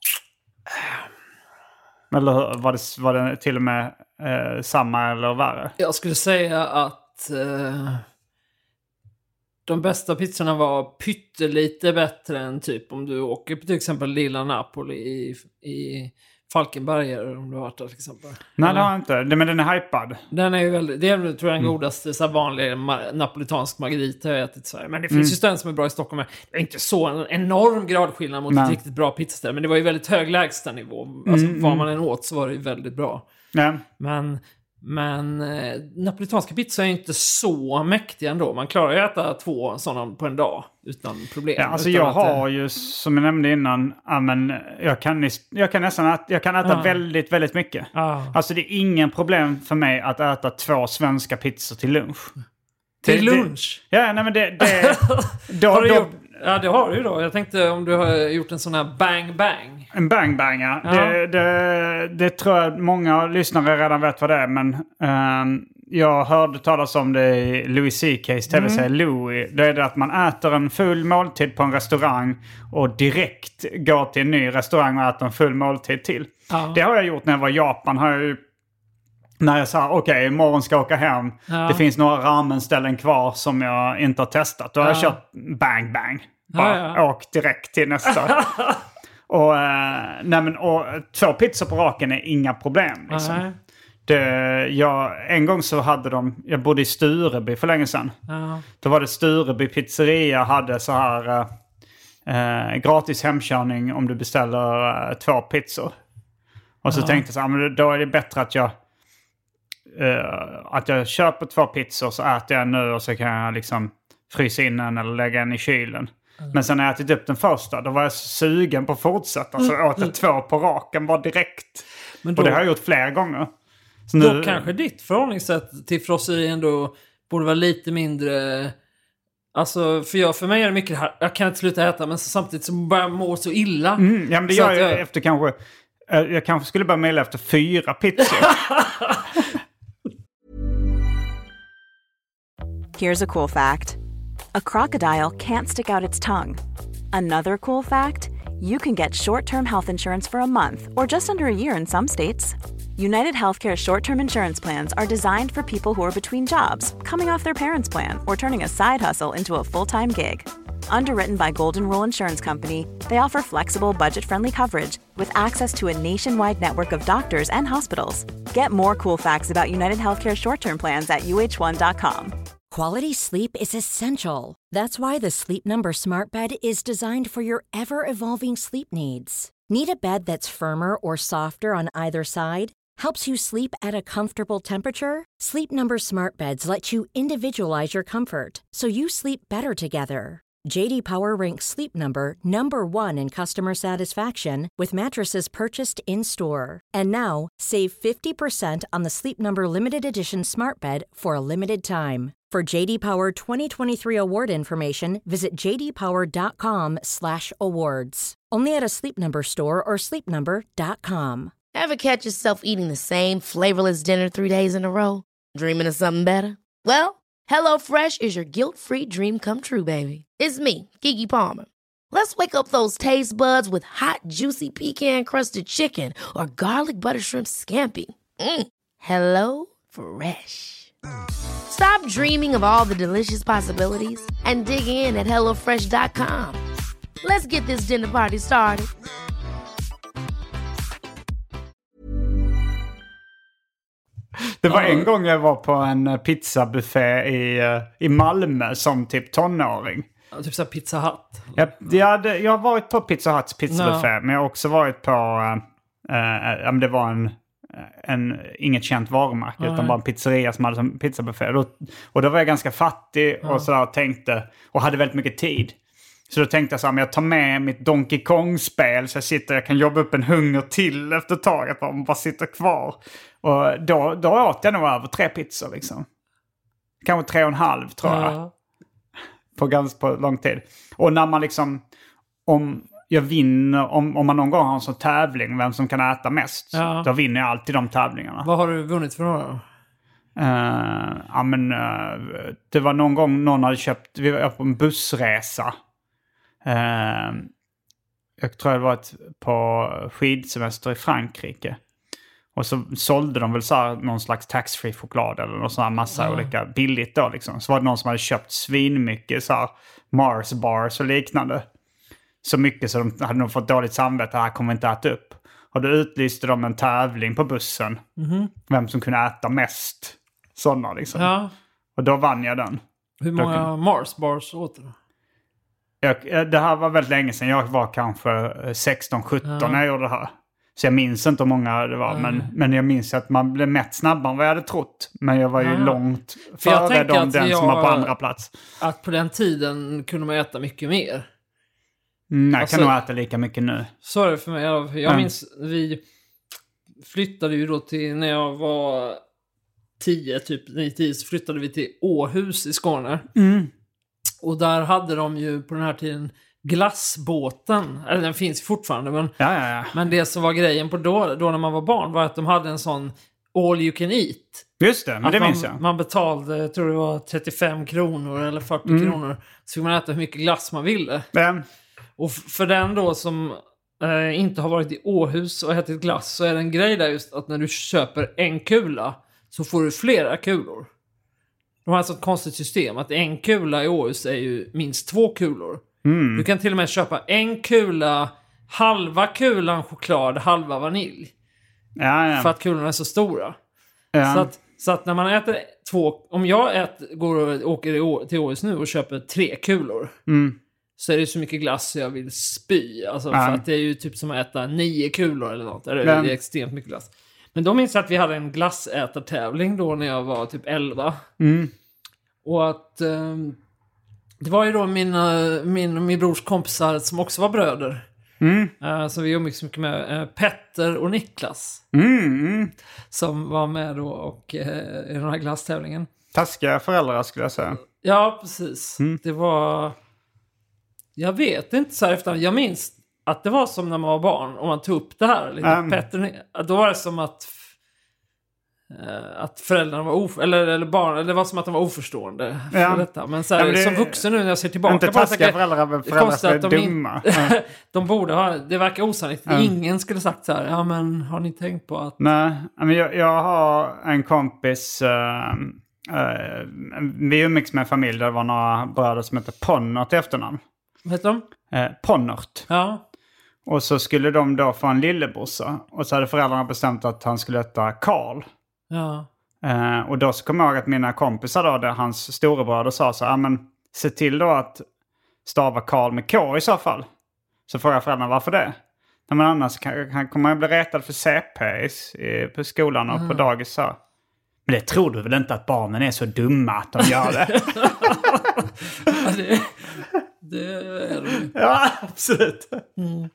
Eller var det, var det till och med uh, samma eller värre? Jag skulle säga att... Uh... De bästa pizzorna var pyttelite bättre än typ om du åker på till exempel Lilla Napoli i, i Falkenberg, eller om du har varit där till exempel. Nej, det har jag inte. Men den är hypad. Den är ju väldigt, det är tror jag den mm. godaste så vanlig ma- napolitansk margarita jag ätit i Sverige. Men det mm. finns ju ställen som är bra i Stockholm. Det är inte så en enorm gradskillnad mot Nej. ett riktigt bra pizzaställe. Men det var ju väldigt hög lägstanivå. Alltså mm. vad man än åt så var det ju väldigt bra. Ja. Men... Men eh, napolitanska pizza är inte så mäktiga ändå. Man klarar ju att äta två sådana på en dag utan problem. Ja, alltså utan jag att, har ju, som jag nämnde innan, ja, men jag, kan, jag kan nästan äta, jag kan äta ah. väldigt, väldigt mycket. Ah. Alltså det är ingen problem för mig att äta två svenska pizzor till lunch. Till det, lunch? Det, ja, nej men det... det då, har du då, gjort, ja, det har du ju då. Jag tänkte om du har gjort en sån här bang bang. En bang bang, ja. ja. Det, det, det tror jag många lyssnare redan vet vad det är. Men um, jag hörde talas om det i Louis C K:s tv-serie mm. Louis. Det är det att man äter en full måltid på en restaurang och direkt går till en ny restaurang och äter en full måltid till. Ja. Det har jag gjort när jag var i Japan. Har jag ju När jag sa, okej, okay, imorgon ska jag åka hem. Ja. Det finns några ramenställen kvar som jag inte har testat. Då har ja. jag kört bang, bang. Bara ja, ja. åkt direkt till nästa. och, eh, nej men, och två pizzor på raken är inga problem. Liksom. Det, jag, en gång så hade de, jag bodde i Stureby för länge sedan. Ja. Då var det Stureby pizzeria hade så här eh, gratis hemkörning om du beställer eh, två pizzor. Och så ja. tänkte jag så här, men då är det bättre att jag Uh, att jag köper två pizzor så äter jag nu och så kan jag liksom frysa in den eller lägga den i kylen. Mm. Men sen när jag ätit upp den första, då var jag sugen på att fortsätta. Så jag åt jag två på raken bara direkt. Men då, och det har jag gjort flera gånger. Så då nu, kanske ditt förhållningssätt till frosseri ändå borde vara lite mindre... Alltså, för, jag, för mig är det mycket det här, jag kan inte sluta äta men samtidigt så börjar jag må så illa. Mm, ja men det så gör jag, jag efter kanske... Jag kanske skulle börja mejla efter fyra pizzor. Here's a cool fact. A crocodile can't stick out its tongue. Another cool fact, you can get short-term health insurance for a month or just under a year in some states. United Healthcare short-term insurance plans are designed for people who are between jobs, coming off their parents' plan, or turning a side hustle into a full-time gig. Underwritten by Golden Rule Insurance Company, they offer flexible, budget-friendly coverage with access to a nationwide network of doctors and hospitals. Get more cool facts about United Healthcare short-term plans at U H one dot com. Quality sleep is essential. That's why the Sleep Number Smart Bed is designed for your ever-evolving sleep needs. Need a bed that's firmer or softer on either side? Helps you sleep at a comfortable temperature? Sleep Number Smart Beds let you individualize your comfort so you sleep better together. J D Power ranks Sleep Number number one in customer satisfaction with mattresses purchased in-store. And now, save fifty percent on the Sleep Number Limited Edition Smart Bed for a limited time. For J D Power twenty twenty-three award information, visit j d power dot com slash awards. Only at a Sleep Number store or sleep number dot com. Ever catch yourself eating the same flavorless dinner three days in a row? Dreaming of something better? Well, HelloFresh is your guilt-free dream come true, baby. It's me, Keke Palmer. Let's wake up those taste buds with hot, juicy pecan-crusted chicken or garlic butter shrimp scampi. Mm. Hello Fresh. Stop dreaming of all the delicious possibilities and dig in at hello fresh dot com. Let's get this dinner party started. Det var en gång jag var på en pizzabuffé i, i Malmö som typ tonåring. Ja, typ så här Pizza Hut. Jag, jag, hade, jag har varit på Pizza Huts pizzabuffé, no. men jag har också varit på... Äh, äh, det var en, en, inget känt varumärke, mm. utan bara en pizzeria som hade som pizzabuffé. Då, och då var jag ganska fattig mm. och sådär tänkte... Och hade väldigt mycket tid. Så då tänkte jag så här, men jag tar med mitt Donkey Kong-spel så jag sitter, jag kan jobba upp en hunger till efter ett tag, att man bara sitter kvar. Och då, då åt jag nog över tre pizzor liksom. Kanske tre och en halv tror jag. Ja. På ganska på lång tid. Och när man liksom, om jag vinner, om, om man någon gång har en sån tävling, vem som kan äta mest, ja. Då vinner jag alltid de tävlingarna. Vad har du vunnit för några då? Uh, ja men uh, det var någon gång någon hade köpt, vi var på en bussresa. Uh, jag tror det var ett, på skidsemester i Frankrike. Och så sålde de väl så här någon slags tax-free choklad eller någon sån här massa mm. olika billigt då liksom. Så var det någon som hade köpt svinmycket så här Mars bars och liknande. Så mycket så de hade nog fått dåligt samvete, det här kommer inte att äta upp. Och då utlyste de en tävling på bussen. Mm. Vem som kunde äta mest sådana liksom. Ja. Och då vann jag den. Hur många kunde... Mars bars åt du? Jag, det här var väldigt länge sedan. Jag var kanske sexton sjutton ja. När jag gjorde det här. Så jag minns inte hur många det var. Mm. Men, men jag minns att man blev mätt snabbare än vad jag hade trott. Men jag var ju mm. långt före dem, den jag, som var på andra plats. Att på den tiden kunde man äta mycket mer. Nej, jag alltså, kan nog äta lika mycket nu. Så är det för mig. Jag, jag mm. minns, vi flyttade ju då till, när jag var tio, typ nio tio, så flyttade vi till Åhus i Skåne. Mm. Och där hade de ju på den här tiden glassbåten. Eller den finns fortfarande. Men, ja, ja, ja. men det som var grejen på då, då när man var barn var att de hade en sån all you can eat. Just det, men att det man, minns jag. Man betalade, jag tror det var trettiofem kronor eller fyrtio mm. kronor. Så fick man äta hur mycket glass man ville. Mm. Och för den då som eh, inte har varit i Åhus och ätit glass, så är det en grej där just att när du köper en kula så får du flera kulor. De har alltså ett konstigt system att en kula i Åhus är ju minst två kulor. Mm. Du kan till och med köpa en kula, halva kulan choklad, halva vanilj. Ja, ja. För att kulorna är så stora. Ja. Så, att, så att när man äter två... Om jag äter, går och åker till Åhus nu och köper tre kulor. Mm. Så är det så mycket glass så jag vill spy. Alltså, ja. För att det är ju typ som att äta nio kulor eller något. Det är extremt mycket glass. Men då minns jag att vi hade en glassätartävling då när jag var typ elva. Mm. Och att... Um, det var ju då mina, min, min brors kompisar som också var bröder. Mm. Uh, så vi umgicks mycket med uh, Petter och Niklas. Mm, mm. Som var med då och, uh, i den här glasstävlingen. Taskiga föräldrar skulle jag säga. Ja, precis. Mm. Det var... Jag vet inte så här efter. Jag minns att det var som när man var barn. Om man tog upp det här. Lite um. Petter, då var det som att... att föräldrarna var of- eller, eller barn eller det var som att de var oförstående för ja. Detta. Men så här, ja, men det, som vuxen nu när jag ser tillbaka inte på taskiga föräldrar, men föräldrar som är de dumma. In, ja. De borde ha, det verkar osannolikt. Ja. Ingen skulle sagt så här, ja men har ni tänkt på att... Nej, men jag, jag har en kompis, uh, uh, vi umgicks med en familj där det var några bröder som heter Ponnert i efternamn. Vad heter de? Uh, Ponnert. Ja. Och så skulle de då få en lillebrorsa. Och så hade föräldrarna bestämt att han skulle heta Karl. Ja. Uh, och då så kommer jag ihåg att mina kompisar då, där hans storebröder sa så här, men se till då att stava Karl med K i så fall. Så frågar föräldrarna varför det. Nej, men annars kan, kan, kommer jag bli retad för C P i, på skolan och mm. på dagis så. Men det tror du väl inte att barnen är så dumma att de gör det? Ja, det, det är det. Ja, absolut. Mm.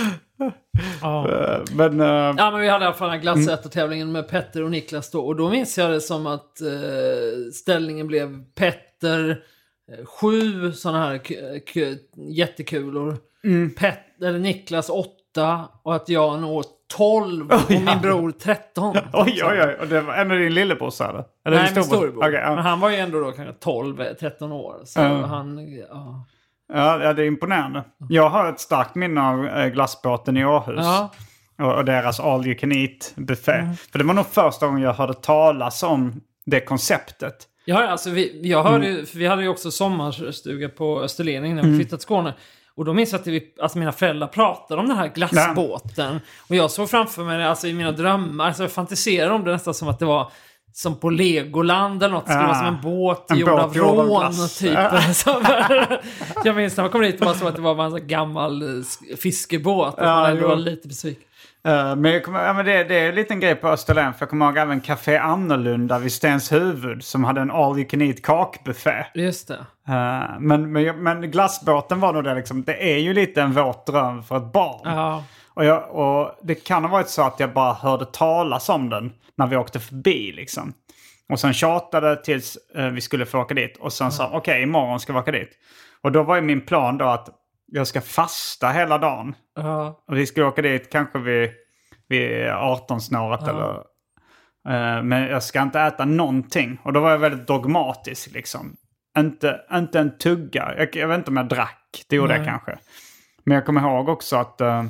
Ja. Men, uh... ja, men vi hade i alla fall den här glassätartävlingen med Petter och Niklas då. Och då minns jag det som att uh, ställningen blev Petter uh, sju sådana här k- k- jättekulor. Mm. Pet- eller Niklas åtta och att jag når tolv och oh, ja. Min bror tretton. Oj, oj, oj. Och det var en av din lillebror eller? eller Nej, min storebror. Okay, ja. Men han var ju ändå då kanske tolv tretton år. Så mm. han... Ja. Ja, det är imponerande. Jag har ett starkt minne av glassbåten i Åhus. Ja. Och, och deras all you can eat buffé. Mm. För det var nog första gången jag hörde talas om det konceptet. Ja, alltså vi, jag hörde, mm. för vi hade ju också sommarstuga på Österlen när vi mm. flyttade till Skåne. Och då minns jag att vi, alltså mina föräldrar pratade om den här glassbåten. Nej. Och jag såg framför mig, alltså i mina drömmar, alltså jag fantiserade om det nästan som att det var... Som på Legoland eller något. Det skulle ja. Vara som en båt en gjord båt, av rån typ. Ja. Jag minns när man kom dit och så att det var en sån gammal fiskebåt. Och ja, man var lite besviken. Uh, men jag kommer, ja, men det, det är en liten grej på Österlen. För jag kommer ihåg även Café Annorlunda vid Stenshuvud. Som hade en all you can eat kakbuffé. Just det. Uh, men, men, men glassbåten var nog det liksom. Det är ju lite en våt dröm för ett barn. Ja. Och, jag, och det kan ha varit så att jag bara hörde talas om den när vi åkte förbi liksom. Och sen tjatade tills eh, vi skulle få åka dit. Och sen sa okej, okay, imorgon ska vi åka dit. Och då var ju min plan då att jag ska fasta hela dagen. Uh-huh. Och vi skulle åka dit kanske vid, vid arton-snåret uh-huh. eller... Eh, men jag ska inte äta någonting. Och då var jag väldigt dogmatisk liksom. Inte, inte en tugga. Jag, jag vet inte om jag drack. Det gjorde Nej. jag kanske. Men jag kommer ihåg också att... Eh,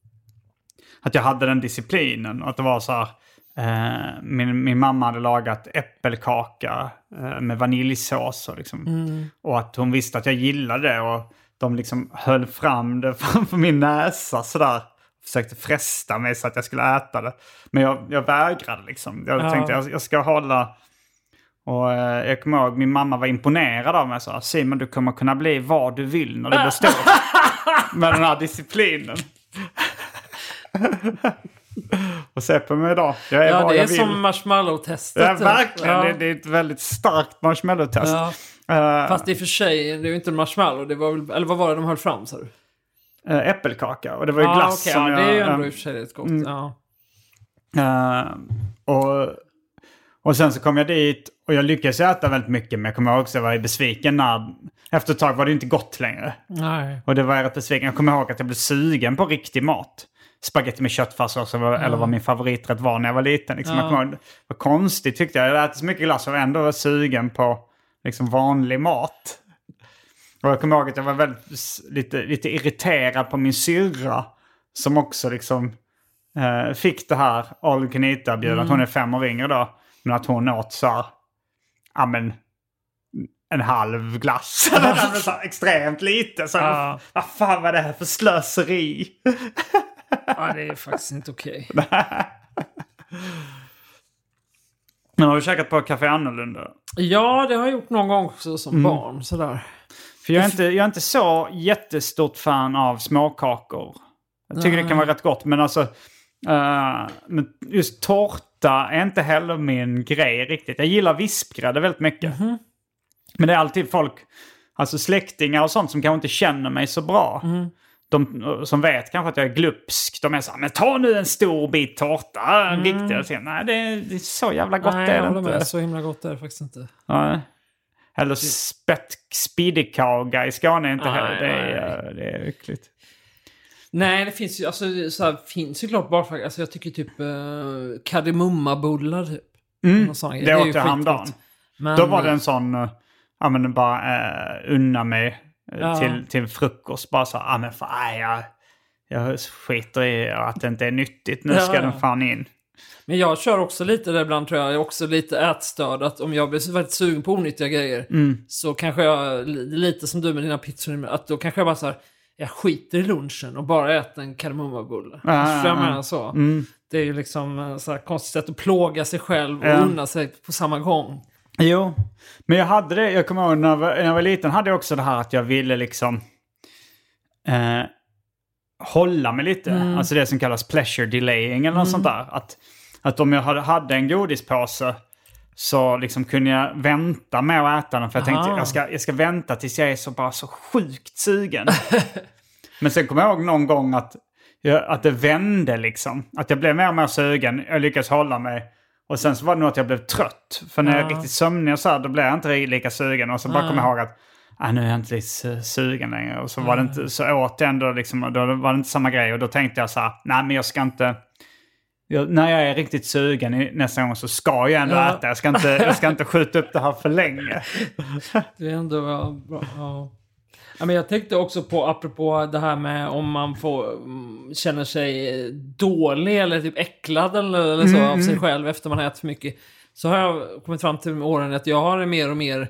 att jag hade den disciplinen. Och att det var så här... Eh, min, min mamma hade lagat äppelkaka eh, med vaniljsås. Och, liksom, mm. och att hon visste att jag gillade det. Och de liksom höll fram det framför min näsa sådär. Försökte fresta mig så att jag skulle äta det. Men jag, jag vägrade liksom. Jag ja. tänkte jag, jag ska hålla... Och eh, jag kommer ihåg, min mamma var imponerad av mig. Så, Simon, du kommer kunna bli vad du vill när du blir stor. Med den här disciplinen. Och se på mig idag. Jag är ja, det är jag som marshmallow-testet. Ja, verkligen. Ja. Det, det är ett väldigt starkt marshmallow-test. Ja. Uh, Fast i och för sig, det är ju inte en marshmallow. Det var väl, eller vad var det de höll fram, sa du? Uh, äppelkaka. Och det var ju ah, glass okay, som ja, jag... det är ju ändå um, i och för sig rätt gott. Mm. Ja. Uh, och, och sen så kom jag dit och jag lyckades äta väldigt mycket. Men jag kommer också vara besviken när... Efter ett tag var det inte gott längre. Nej. Och det var jag rätt besviken. Jag kommer ihåg att jag blev sugen på riktig mat. Spaghetti med köttfärs också, mm. eller vad min favoriträtt var när jag var liten. Liksom, ja. jag, det var konstigt tyckte jag. Jag hade ätit så mycket glass och ändå var sugen på liksom, vanlig mat. Och jag kommer ihåg att jag var väldigt, lite, lite irriterad på min syrra. Som också liksom, eh, fick det här all you can eat-erbjudandet. Mm. Hon är fem år yngre då. Men att hon åt så här, ja men en halv glass. Eller så här, extremt lite. Så Ja. vad fan var det här för slöseri? Ja, det är faktiskt inte okej. Men har du käkat på Café Annorlunda? Ja, det har jag gjort någon gång också som barn. Sådär. För jag är, inte, jag är inte så jättestort fan av småkakor. Jag tycker Nej. det kan vara rätt gott. Men alltså, uh, men just tårta är inte heller min grej riktigt. Jag gillar vispgrädde väldigt mycket. Mm-hmm. Men det är alltid folk, alltså släktingar och sånt som kanske inte känner mig så bra. Mm. De som vet kanske att jag är glupsk. De är så här, men ta nu en stor bit tårta. En Mm. riktig. Och säger, nej, det är, det är så jävla gott. Nej, är jag det håller inte. med. Så himla gott är det faktiskt inte. Nej. Eller spett speedykauga i Skåne är inte Nej, heller. Det är, det är äckligt. Nej, det finns ju, alltså, så här, finns ju klart bara för, alltså jag tycker typ uh, kardemummabullar typ. Mm. Någon sån grej. Det är åt ju jag häromdagen. skitgott. Men, Då var det en sån, uh, ja men bara uh, unna mig uh, Ja. till, till frukost. Bara så, ja men fan, nej, jag, jag skiter i att det inte är nyttigt. Nu Ja, ska ja. den fan in. Men jag kör också lite där ibland, tror jag. Jag är också lite ätstörd. Att om jag blir så väldigt sugen på onyttiga grejer Mm. så kanske jag, li- lite som du med dina pizzor, att då kanske jag bara så här, jag skiter i lunchen och bara äter en kardemummabulle. Ja, Förstår du vad jag ja, ja. menar så? Mm. Det är ju liksom eh, så här konstigt sätt att plåga sig själv och Ja. unna sig på samma gång. Jo, men jag hade det, jag kommer ihåg när jag var, när jag var liten hade jag också det här att jag ville liksom eh, hålla mig lite. Mm. Alltså det som kallas pleasure delaying eller något sånt där. Att, att om jag hade, hade en godispåse så liksom kunde jag vänta med att äta den. För jag Aha. tänkte jag ska, jag ska vänta tills jag är så bara så sjukt sugen. Men sen kommer jag ihåg någon gång att, jag, att det vände liksom. Att jag blev mer och mer sugen. Jag lyckades hålla mig. Och sen så var det nog att jag blev trött. För när jag är Ja. riktigt sömnig och så här, då blev jag inte lika sugen. Och så bara Ja. kom jag ihåg att ah, nu är jag inte lite sugen längre. Och så var det inte, så åt jag ändå liksom, och då var det inte samma grej. Och då tänkte jag så här, nej men jag ska inte, jag, när jag är riktigt sugen i, nästa gång så ska jag ändå Ja. äta. Jag ska, inte, jag ska inte skjuta upp det här för länge. Det är ändå ja, bra. Ja. Ja, men jag tänkte också på, apropå det här med om man får, mm, känner sig dålig eller typ äcklad eller, eller så av sig själv efter man har ätit för mycket. Så har jag kommit fram till med åren att jag har det mer och mer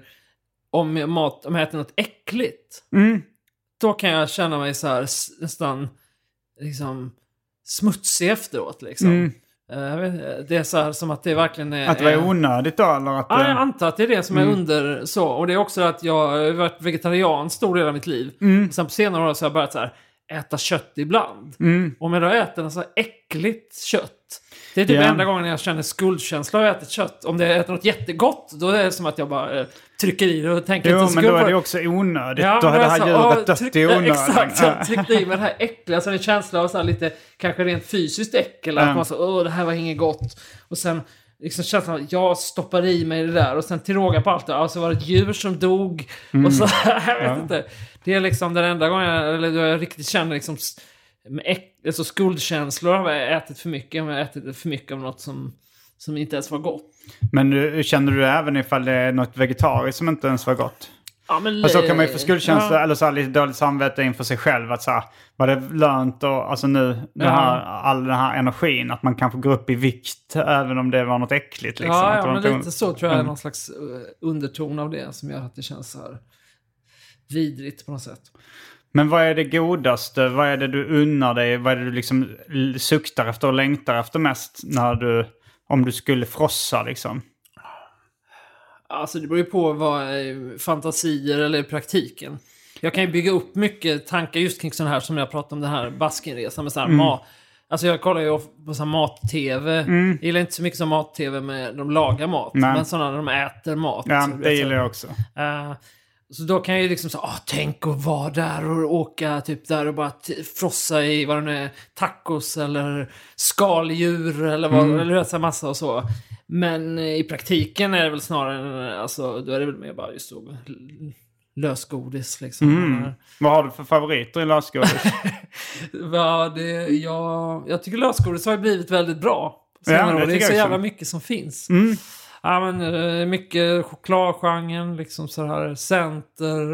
om jag, mat, om jag äter något äckligt. Mm. Då kan jag känna mig så här s- nästan liksom smutsig efteråt liksom. Mm. Eh, jag vet, det är så här som att det verkligen är... Att det var är- onödigt då? Eller att, Ja, det- jag antar att det är det som är under så. Och det är också att jag har varit vegetarian stor del av mitt liv. Mm. Och sen på senare år så har jag börjat så här, äta kött ibland. Mm. Om jag då äter något så här äckligt kött. Det är typ Ja. enda gången jag känner skuldkänsla av att äta kött. Om det äter något jättegott, då är det som att jag bara eh, trycker i det och tänker Jo, inte men skuld då på är det det. också onödigt. Ja, då men har det här alltså, djuret åh, dött tryck- i ja, onödan. exakt, Ja. jag tryckte i med det här äckliga. Alltså en känsla av så här lite, kanske rent fysiskt äckel. Att Mm. man så, åh det här var inget gott. Och sen liksom känslan att jag stoppar i mig det där. Och sen till råga på allt det, alltså var det ett djur som dog. Och så, jag vet inte. Det är liksom den enda gången jag, eller då jag riktigt känner liksom s- med äck, alltså skuldkänslor av att jag ätit för mycket. Om jag ätit för mycket av något som, som inte ens var gott. Men du, känner du även ifall det är något vegetariskt som inte ens var gott? Ja, men, Och så kan man ju få skuldkänsla ja. eller så här, lite dåligt samvete inför sig själv. Att så här, var det lönt och alltså nu, den Ja. här, all den här energin, att man kanske går upp i vikt även om det var något äckligt. Liksom. Ja, Att ja det var men något- lite så tror jag är Mm. någon slags uh, underton av det som gör att det känns så här vidrigt på något sätt. Men vad är det godaste? Vad är det du unnar dig? Vad är det du liksom l- suktar efter och längtar efter mest när du, om du skulle frossa liksom? Alltså det beror ju på vad är fantasier eller praktiken. Jag kan ju bygga upp mycket tankar just kring sån här som jag pratade om, den här Baskenresan med så här mat. Alltså jag kollar ju på sån här mat-tv. Jag gillar inte så mycket som mat-tv med de lagar mat. Nej. Men sådana när de äter mat. Ja, Så, det vet, gillar så, jag också. eh, så då kan jag ju liksom säga, ah, tänk att vara där och åka typ där och bara t- frossa i vad det nu är, tacos eller skaldjur eller vad, eller vet, så här massa och så. Men eh, i praktiken är det väl snarare, en, alltså då är det väl mer bara just så, l- lösgodis liksom. Mm. Vad har du för favoriter i lösgodis? Ja, det, jag, jag tycker lösgodis har ju blivit väldigt bra. Ja, Senare det år. Det är tycker så jag jävla också. mycket som finns. Mm. Ja, men eh, mycket chokladgenren, liksom så här, Center,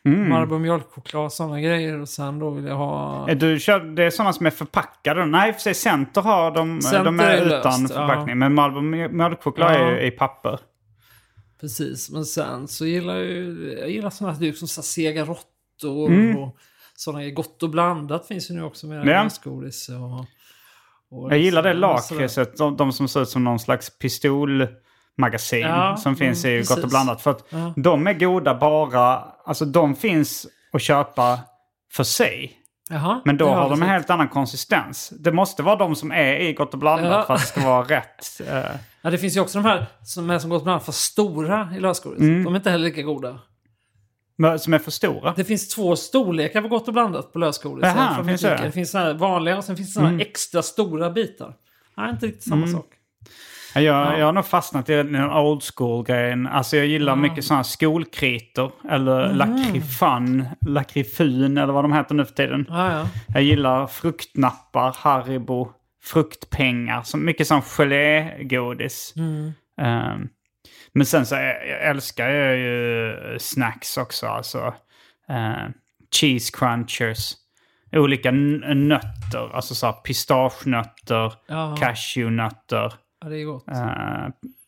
Mm. Marabou mjölkchoklad och sådana grejer. Och sen då vill jag ha... Är du, det är sådana som är förpackade? Nej, för sig Center har de, Center de är, är utan löst, förpackning. ja. Men Marabou mjölkchoklad Ja. är ju i papper. Precis, men sen så gillar jag ju... Jag gillar sådana här som så sega råttor Mm. och sådana gott och blandat finns ju nu också med Ja. lösgodis och... och Jag gillar det liksom- sådär. lakritset, de, de som ser ut som någon slags pistolmagasin Ja, som finns mm, i precis. Gott och blandat. För att Ja. de är goda bara, alltså de finns att köpa för sig. Jaha, Men då det har de jag en sett. helt annan konsistens. Det måste vara de som är i Gott och blandat Ja. för att det ska vara rätt. eh. Ja, det finns ju också de här som är som gott blandat för stora i lösgodis. Mm. De är inte heller lika goda. Men som är för stora. Det finns två storlekar på gott och blandat på lösgodis. Jaha, Från finns Ica. det? Det finns såna här vanliga och sen finns det såna här Mm. extra stora bitar. Nej, inte riktigt samma sak. Jag, Ja. jag har nog fastnat i den old school-grejen. Alltså jag gillar mycket sådana skolkritor. Eller Mm. lakrifan, lakrifun eller vad de heter nu för tiden. Ja, ja. Jag gillar fruktnappar, Haribo, fruktpengar. Så mycket sån gelégodis. Mm. Um, men sen så jag, jag älskar jag ju snacks också. Alltså uh, cheese crunchers. Olika n- nötter. Alltså så här pistagenötter, Ja. cashewnötter. Ja, det är gott. Uh,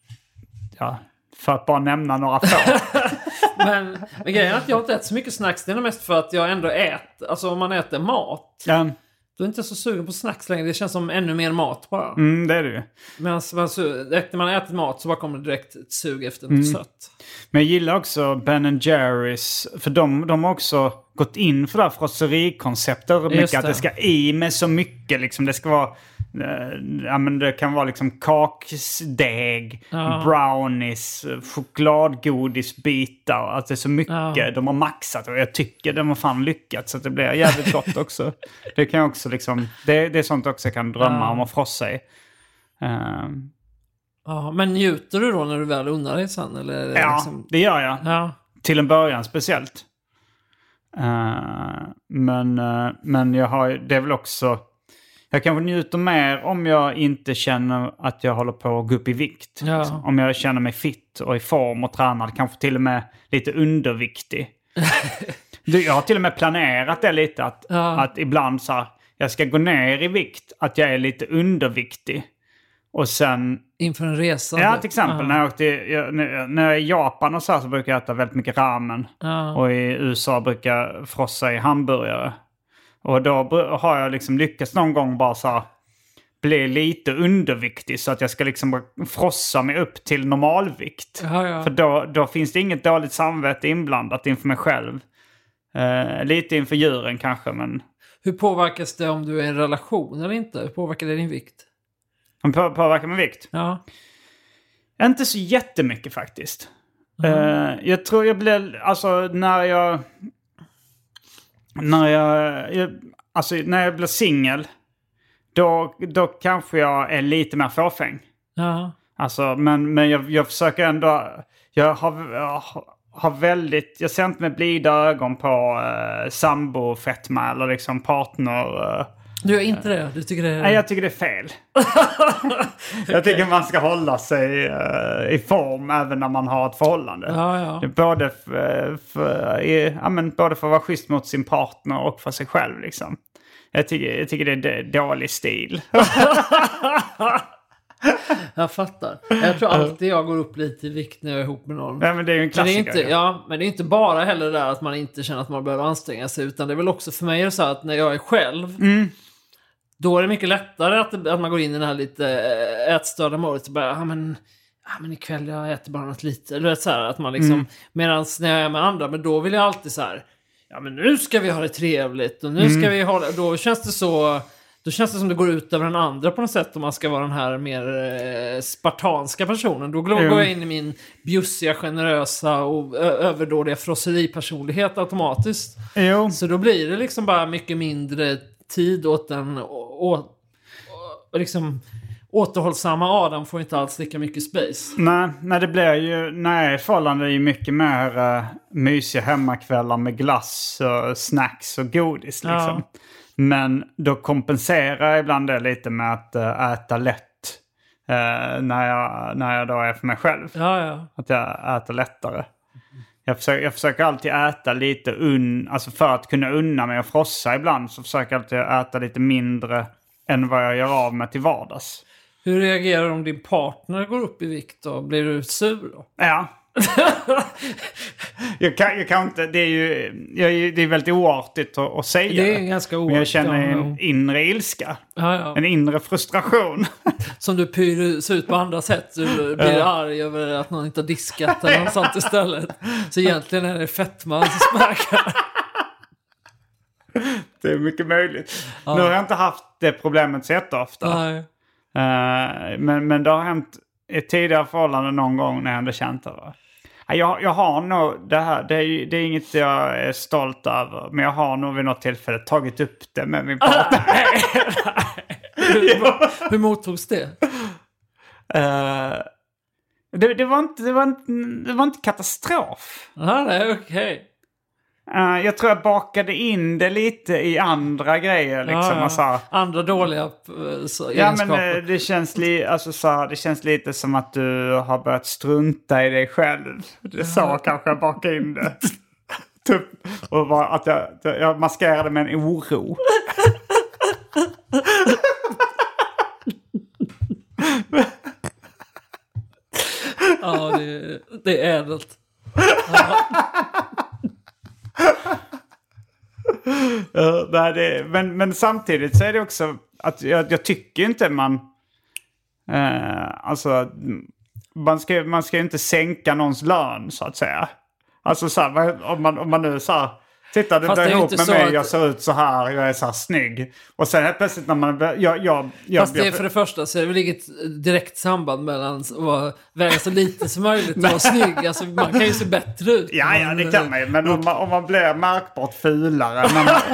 ja, för att bara nämna några få. Men, men grejen är att jag inte äter så mycket snacks. Det är nog mest för att jag ändå äter. Alltså om man äter mat. um, Då är jag inte så sugen på snacks längre. Det känns som ännu mer mat bara. mm, det är det ju. Medan man, su- direkt när man äter mat så bara kommer det direkt ett sug efter något sött. Men jag gillar också Ben and Jerrys. För de, de har också gått in för det här frosserikonceptet. Mycket Just att det. det ska i med så mycket. Liksom. Det ska vara... eh, ja, men det kan vara liksom kakdeg, Ja. brownies, chokladgodisbitar. Att det är så mycket. Ja. De har maxat och jag tycker de har fan lyckats. Så att det blir jävligt gott också. Det kan jag också liksom... Det, det är sånt också jag kan drömma Ja. om att frossa i. Um, Ja, men njuter du då när du väl unnar dig sen? Eller är det ja, liksom... det gör jag. Ja. Till en början speciellt. Uh, men, uh, men jag har, det är väl också... Jag kanske njuter mer om jag inte känner att jag håller på att gå upp i vikt. Ja. Liksom. Om jag känner mig fit och i form och tränad. Kanske till och med lite underviktig. Du, jag har till och med planerat det lite. Att, Ja. att ibland så här, jag ska gå ner i vikt. Att jag är lite underviktig. Och sen... Inför en resa? Ja, typ. till exempel Ja. när jag åkte, jag, när när jag är i Japan och så här så brukar jag äta väldigt mycket ramen. Ja. Och i U S A brukar jag frossa i hamburgare. Och då br- har jag liksom lyckats någon gång bara så här bli lite underviktig så att jag ska liksom bara frossa mig upp till normalvikt. Ja, ja. För då, då finns det inget dåligt samvete inblandat inför mig själv. Eh, lite inför djuren kanske, men... Hur påverkas det om du är i en relation eller inte? Hur påverkar det din vikt? Om på, påverkar min vikt? Ja. Inte så jättemycket faktiskt. Eh, jag tror jag blev, alltså när jag, när jag, jag alltså när jag blev singel, då, då kanske jag är lite mer fåfäng. Ja. Alltså, men, men jag, jag försöker ändå, jag har, jag har väldigt, jag ser inte med blida ögon på uh, sambo-fetma eller liksom partner. Uh, Du gör inte det? Du tycker det är... Nej, jag tycker det är fel. Jag tycker man ska hålla sig uh, i form även när man har ett förhållande. Ja, ja. Det är både, för, för, i, ja, men både för att vara schysst mot sin partner och för sig själv. Liksom. Jag, tycker, jag tycker det är dålig stil. Jag fattar. Jag tror alltid jag går upp lite i vikt när jag är ihop med någon. Nej, men det är ju en Men det är klassiker. inte, ja, men det är inte bara heller där att man inte känner att man behöver anstränga sig. Utan det är väl också för mig är det så att när jag är själv. Mm. Då är det mycket lättare att, att man går in i den här lite äh, ätstörda målet. Och bara, ja men, ja men ikväll jag äter bara något lite. Eller så här, att man liksom. Mm. Medan när jag är med andra, men då vill jag alltid så här. Ja men nu ska vi ha det trevligt. Och nu ska vi ha det. Då känns det så. Då känns det som det går ut över den andra på något sätt. Om man ska vara den här mer eh, spartanska personen. Då går Mm. jag in i min bjussiga, generösa och ö- överdådiga frosseripersonlighet automatiskt. Jo. Så då blir det liksom bara mycket mindre tid åt den å, å, å, liksom återhållsamma Adam får inte alls lika mycket space. Nej, nej, det blir ju, nej, förhållande är ju mycket mer uh, mysiga hemmakvällar med glass och snacks och godis liksom. Ja. Men då kompenserar jag ibland det lite med att uh, äta lätt uh, när, jag, när jag då är för mig själv. Ja, ja. Att jag äter lättare. Jag försöker, jag försöker alltid äta lite un, alltså för att kunna unna mig att frossa ibland så försöker jag alltid äta lite mindre än vad jag gör av med till vardags. Hur reagerar du om din partner går upp i vikt då? Blir du sur då? Ja. jag, kan, jag kan inte, det är ju jag, det är väldigt oartigt att, att säga. Det är ganska oartigt. Men jag känner ja, en inre ilska. Ja, ja. En inre frustration. Som du pyr ut på andra sätt. Du blir Ja. arg över att någon inte har diskat eller något sånt istället. Så egentligen är det fetman som smakar. Det är mycket möjligt. Ja. Nu har jag inte haft det problemet så jätteofta. Nej. Uh, men, men det har hänt i tidigare förhållanden någon gång när jag ändå känt det. Va? Jag, jag har nog det här, det är, det är inget jag är stolt över. Men jag har nog vid något tillfälle tagit upp det med min partner. hur, hur mottogs det? Uh, det, det, var inte, det, var inte, det var inte katastrof. Ja, det är okej. Okay. Uh, jag tror jag bakade in det lite i andra grejer. Liksom, ja, ja. Så, andra dåliga uh, så, ja, egenskaper. men uh, det, känns li, alltså, så, det känns lite som att du har börjat strunta i dig själv. Det sa kanske jag bakade in det. Typ, och var, att jag, jag maskerade med en oro. Ja, det, det är ädelt. Ja. Uh, nej, det, men, men samtidigt så är det också att jag, jag tycker inte man uh, alltså man ska, man ska inte sänka någons lön så att säga. Alltså så här, om, man, om man nu så här, titta du blir ihop med mig, att... jag ser ut så här, jag är så här snygg. Och sen helt plötsligt när man... Jag, jag, jag, Fast det är jag, för det första så är det väl inget direkt samband mellan att väga så lite som möjligt och vara snygg. Alltså man kan ju se bättre ut. Ja, ja det kan man ju. Men om man, om man blir märkbart fulare när man,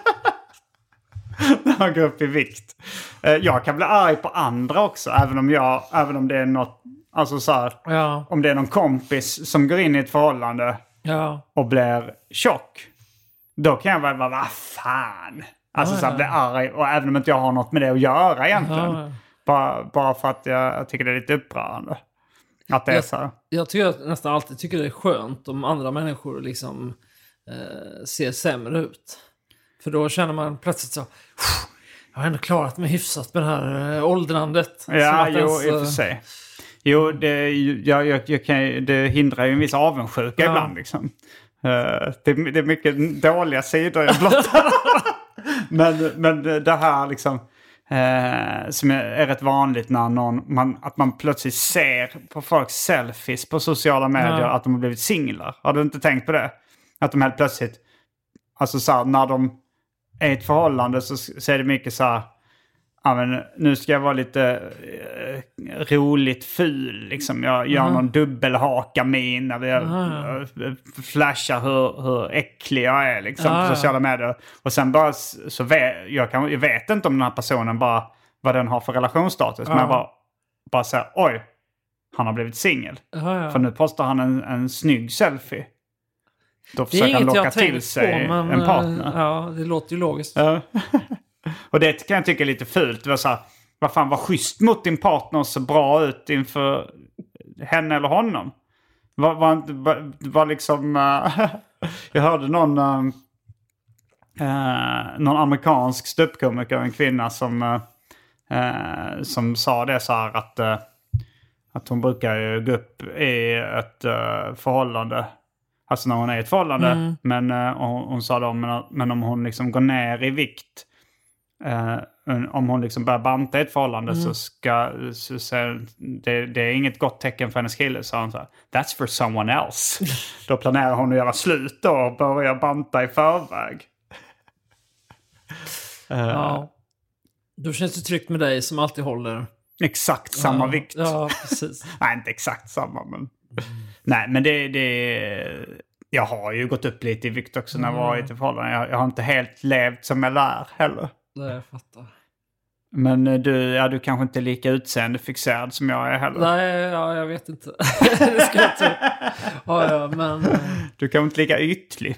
när man går upp i vikt. Jag kan bli arg på andra också, även om, jag, även om det är något... Alltså så här, ja. Om det är någon kompis som går in i ett förhållande ja. och blir tjock. Då kan jag väl vara, vad fan. Alltså ja, så här, ja. bli arg. Och även om inte jag har något med det att göra egentligen. Ja, ja. Bara, bara för att jag, jag tycker det är lite upprörande. Att det är jag, så här. Jag tycker jag nästan alltid tycker det är skönt om andra människor liksom eh, ser sämre ut. För då känner man plötsligt så... Jag har ändå klarat mig hyfsat med det här eh, åldrandet. Ja, jo, ens, i och för sig. Jo, det, jag, jag, jag kan, det hindrar ju en viss avundsjuka ja. ibland liksom. Uh, det, det är mycket dåliga sidor jag blottar. men, men det här liksom uh, som är, är rätt vanligt när någon, man, att man plötsligt ser på folks selfies på sociala medier ja. att de har blivit singlar. Har du inte tänkt på det? Att de helt plötsligt, alltså så här, när de är i ett förhållande så, så är det mycket så här, ja, men nu ska jag vara lite eh, roligt ful. Liksom. Jag gör mm. någon dubbelhaka-min. Eller jag mm. flashar hur, hur äcklig jag är liksom, mm. på sociala medier. Och sen bara så vet jag, kan, jag vet inte om den här personen bara vad den har för relationsstatus. Mm. Men jag bara, bara säger, oj, han har blivit singel. Mm. För nu postar han en, en snygg selfie. Då försöker han locka till sig på, men, en partner. Ja, det låter ju logiskt. Ja. Och det kan jag tycka är lite fult. Det var så här, vad fan, var schysst mot din partner och så bra ut inför henne eller honom. Var, var, var, var liksom... Uh, jag hörde någon, uh, uh, någon amerikansk ståuppkomiker, en kvinna som, uh, uh, som sa det så här att, uh, att hon brukar ju gå upp i ett uh, förhållande. Alltså när hon är i ett förhållande. Mm. Men uh, hon, hon sa då, men, men om hon liksom går ner i vikt... Uh, om hon liksom börjar banta i ett förhållande mm. så ska så, så, det, det är inget gott tecken för hennes kille, så han sa, that's for someone else. Då planerar hon att göra slut då och börja banta i förväg. uh, ja. Då känns det tryggt med dig som alltid håller exakt samma ja. vikt. Ja, precis. Nej, inte exakt samma, men mm. nej, men det, det jag har ju gått upp lite i vikt också när jag var i ett förhållande. Jag, jag har inte helt levt som jag lär heller. Nej, jag fattar. Men du, ja, du kanske inte är lika utseendefixerad som jag är heller. Nej, ja, jag vet inte. Det ska jag tro. Ja, ja, men... Du kanske inte lika ytlig.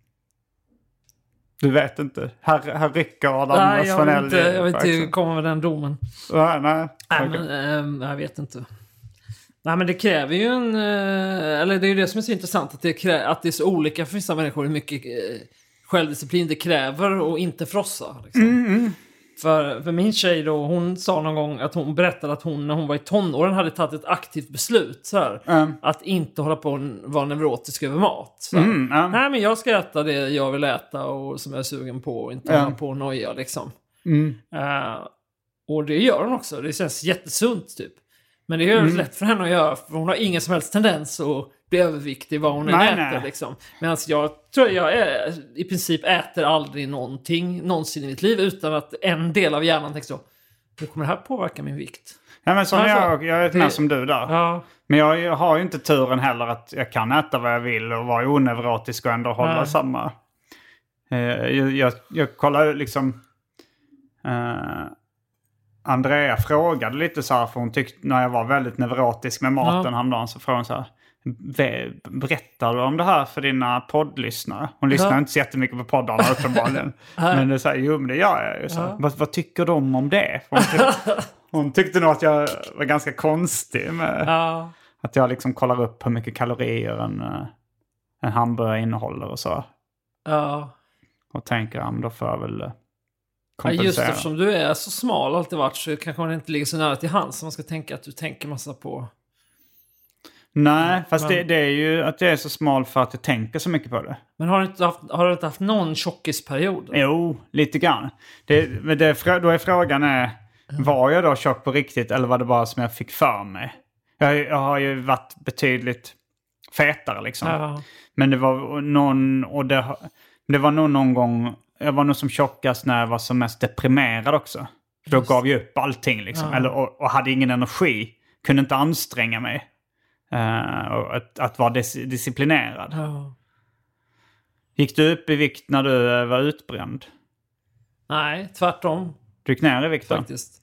Du vet inte. Här, här rycker Adam nej, jag vill inte, jag vill inte liksom. komma med den domen. Ja, nej, nej men, ähm, jag vet inte. Nej, men det kräver ju en... Eller det är ju det som är så intressant. Att det, krä, att det är så olika för vissa människor hur mycket självdisciplin det kräver att inte frossa. Liksom. Mm, mm. För, för min tjej då, hon sa någon gång att hon berättade att hon när hon var i tonåren hade tagit ett aktivt beslut så här, Mm. att inte hålla på och vara neurotisk över mat. Så här, Mm, mm. Nej, men jag ska äta det jag vill äta och som jag är sugen på och inte Mm. hålla på och noja liksom. Mm. Uh, och det gör hon också. Det känns jättesunt typ. Men det är ju Mm. lätt för henne att göra, för hon har ingen som helst tendens att bli överviktig vad hon än Nej, äter. nej. Liksom. Medan jag tror jag är, i princip äter aldrig någonting någonsin i mitt liv utan att en del av hjärnan tänker så, hur kommer det här påverka min vikt? Ja, men som Alltså, jag, jag är det- med som du där. Ja, Men jag, jag har ju inte turen heller att jag kan äta vad jag vill och vara onevrotisk och ändå hålla Nej. samma. Eh, jag, jag, jag kollar liksom... Eh, Andrea frågade lite så här, för hon tyckte när jag var väldigt nevrotisk med maten Ja. häromdagen, så frågade hon så här: "Ve- berättar du om det här för dina poddlyssnare?" Hon lyssnar Ja. inte så jättemycket på poddarna uppenbarligen. Men det är så här, jo men det gör jag ju. Så här, Ja. vad, vad tycker de om det? Hon, tyck, hon tyckte nog att jag var ganska konstig med ja. att jag liksom kollar upp hur mycket kalorier en, eh, en hamburgare innehåller och så. ja. Och tänker, ja men då får jag väl eh, Ja, kompensera. just eftersom du är så smal alltid varit så kanske man inte ligger så nära till hands. Så man ska tänka att du tänker massa på... Nej, fast Men- det, det är ju att jag är så smal för att jag tänker så mycket på det. Men har du inte haft, har du inte haft någon tjockisperiod? Jo, lite grann. Det, men det, frå- då är frågan är, var jag då tjock på riktigt eller var det bara som jag fick för mig? Jag, jag har ju varit betydligt fetare liksom. Ja. Men det var någon, och det, har- det var nog någon gång, jag var nog som tjockast när jag var som mest deprimerad också. Då Just. gav jag upp allting liksom. Ja. Eller, och, och hade ingen energi. Kunde inte anstränga mig. Eh, och att, att vara dis- disciplinerad. Ja. Gick du upp i vikt när du eh, var utbränd? Nej, tvärtom. Du gick ner i vikt då? Faktiskt.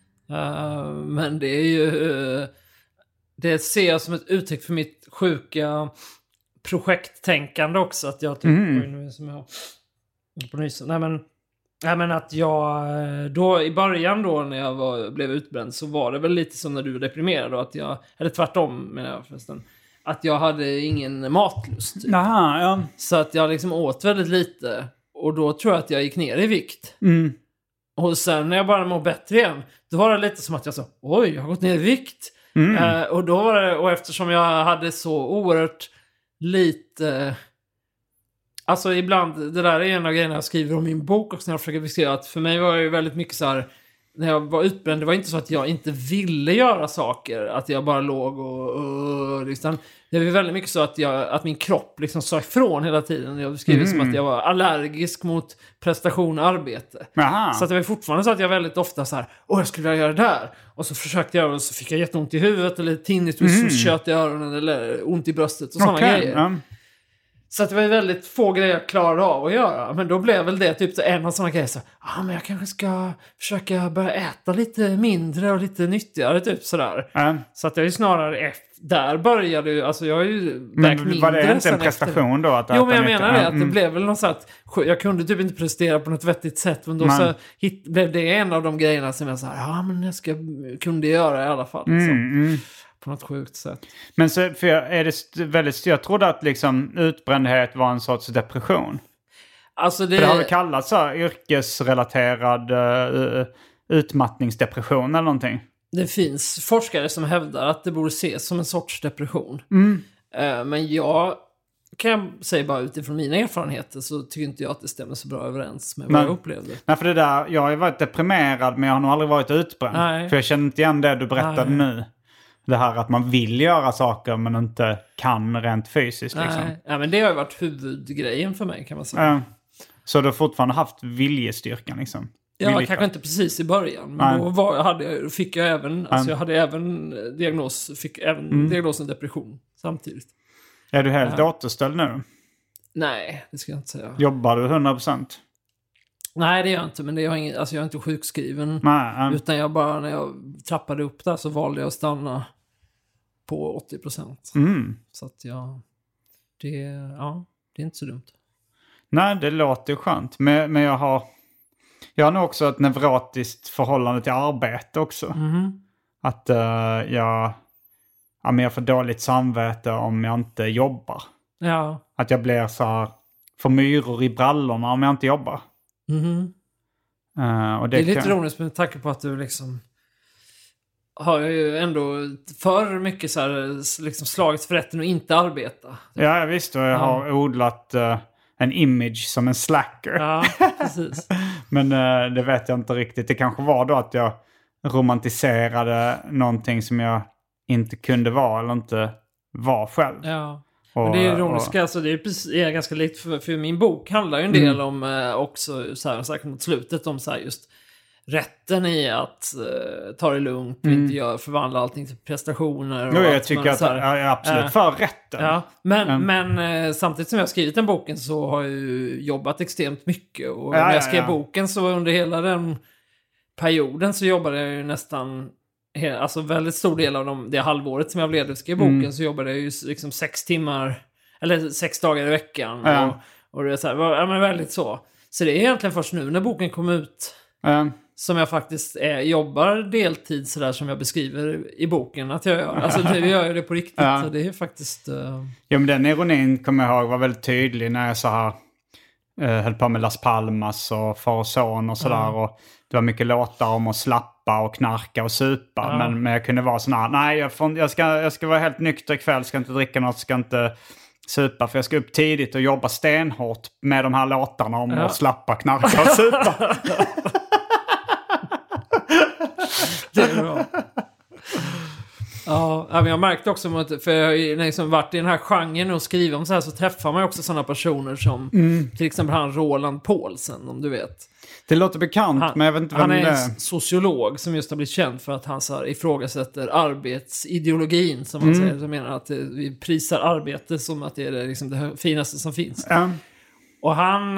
Uh, men det är ju... Uh, det ser jag som ett uttryck för mitt sjuka projekttänkande också. Att jag typ... Mm. Oj, nu är det som jag... På nysen. Nej, men... Nej, men att jag... Då, i början då när jag var, blev utbränd så var det väl lite som när du var deprimerad. Då, att jag... Eller tvärtom menar jag förresten. Att jag hade ingen matlust. Typ. Jaha, ja. Så att jag liksom åt väldigt lite. Och då tror jag att jag gick ner i vikt. Mm. Och sen när jag bara mår bättre igen, då var det lite som att jag sa, oj, jag har gått ner i vikt. Mm. Eh, och då var det, och eftersom jag hade så oerhört lite... Alltså ibland, det där är en av grejerna jag skriver om i min bok också när jag försöker beskriva att för mig var det ju väldigt mycket så här, när jag var utbränd, det var inte så att jag inte ville göra saker, att jag bara låg och, och liksom, det var väldigt mycket så att, jag, att min kropp liksom sa ifrån hela tiden. Jag beskriver det som att jag var allergisk mot prestation och arbete. Jaha. Så att det var fortfarande så att jag väldigt ofta så här, åh jag skulle vilja göra det där. Och så försökte jag och så fick jag jätteont i huvudet eller tinnitus och kött i öronen eller ont i bröstet och sådana Okej, grejer. ja. Så att det var ju väldigt få grejer jag klarade av att göra. Men då blev väl det typ en av sådana grejer så, ja ah, men jag kanske ska försöka börja äta lite mindre och lite nyttigare typ sådär. Ja. Så att jag är ju snarare efter, där började ju, alltså jag är ju vägt Men mindre. var det inte sen en prestation efter. då? Att Jo äta men jag mycket? menar det, Ja, att det mm. blev väl något så att jag kunde typ inte prestera på något vettigt sätt. Men då Nej. så hit, blev det en av de grejerna som jag sa, ja men jag ska, kunde göra i alla fall. Liksom, Mm, mm. på något sjukt sätt. Men så, för jag, är det st- väldigt st- jag trodde att liksom utbrändhet var en sorts depression. Alltså det... För det har väl kallats så här yrkesrelaterad uh, utmattningsdepression eller någonting. Det finns forskare som hävdar att det borde ses som en sorts depression. Mm. Eh, Men jag kan jag säga bara utifrån mina erfarenheter så tycker inte jag att det stämmer så bra överens med vad Men- jag upplevde. Nej, för det där, jag har ju varit deprimerad men jag har nog aldrig varit utbränd. Nej. För jag känner inte igen det du berättade Nej. nu. Det här att man vill göra saker men inte kan rent fysiskt liksom. Nej, ja, men det har ju varit huvudgrejen för mig kan man säga. Ja. Så du har fortfarande haft viljestyrkan liksom? Ja, Viljekraft. kanske inte precis i början. Men Nej. då var, hade, jag- fick jag även, alltså jag hade även eh, diagnos, fick även Mm. diagnosen depression samtidigt. Är du helt Ja. återställd nu? Nej, det ska jag inte säga. Jobbar du hundra procent? Nej, det gör jag inte. Men det är inget, alltså jag är inte sjukskriven. Nej. ja. Utan jag bara, när jag trappade upp där så valde jag att stanna på åttio procent. Mm. Så att jag, det, ja, det är inte så dumt. Nej, det låter ju skönt. Men, men jag har... Jag har nog också ett nevrotiskt förhållande till arbete också. Mhm. Att eh, jag... ja, men jag får dåligt samvete om jag inte jobbar. Ja. Att jag blir så här, får myror i brallorna om jag inte jobbar. Mm. Uh, och det, det är lite kan... roligt med tanke på att du liksom har ju ändå för mycket så här, liksom slagits för rätten att inte arbeta. Ja, visst. Och jag ja. har odlat uh, en image som en slacker. Ja, precis. Men uh, det vet jag inte riktigt. Det kanske var då att jag romantiserade någonting som jag inte kunde vara eller inte var själv. Ja. Och, men det är ironiska, och... alltså det är, precis, är ganska likt för, för min bok handlar ju en del mm. om eh, också så här, säkert mot slutet om så här just rätten i att eh, ta det lugnt och mm. inte gör, förvandla allting till prestationer. Jo, och jag att tycker man, att här, jag är absolut äh, för rätten. Ja, men, mm. men eh, samtidigt som jag har skrivit den boken så har jag ju jobbat extremt mycket. Och ja, när jag skrev ja, ja. boken så under hela den perioden så jobbade jag ju nästan... Alltså väldigt stor del av de, det halvåret som jag blev och skrev boken mm. så jobbade jag ju liksom sex timmar eller sex dagar i veckan ja. och, och det är så här, ja, men väldigt så. Så det är egentligen först nu när boken kom ut ja. som jag faktiskt är, jobbar deltid sådär som jag beskriver i boken att jag gör. Alltså nu gör jag det på riktigt. Ja. Så det är faktiskt... Uh... Ja, men den ironin kommer jag ihåg var väldigt tydlig när jag så här uh, höll på med Las Palmas och Far och son och sådär. Ja. Och det var mycket låtar om att slappa och knarka och supa. Ja. Men, men jag kunde vara sån här, nej jag, får, jag, ska, jag ska vara helt nykter ikväll, ska inte dricka något, ska inte supa. För jag ska upp tidigt och jobba stenhårt med de här låtarna om ja. att slappa, knarka och supa. Det är bra. Ja, men jag märkte också att för jag har liksom varit i den här genren och skrivit om så här så träffar man ju också sådana personer som mm. till exempel han Roland Paulsen, om du vet. Det låter bekant, han, men jag vet inte vem det är. Han är en sociolog som just har blivit känd för att han så här ifrågasätter arbetsideologin, som man mm. säger. Jag menar att vi prisar arbete som att det är det, liksom det finaste som finns. Ja. Och han,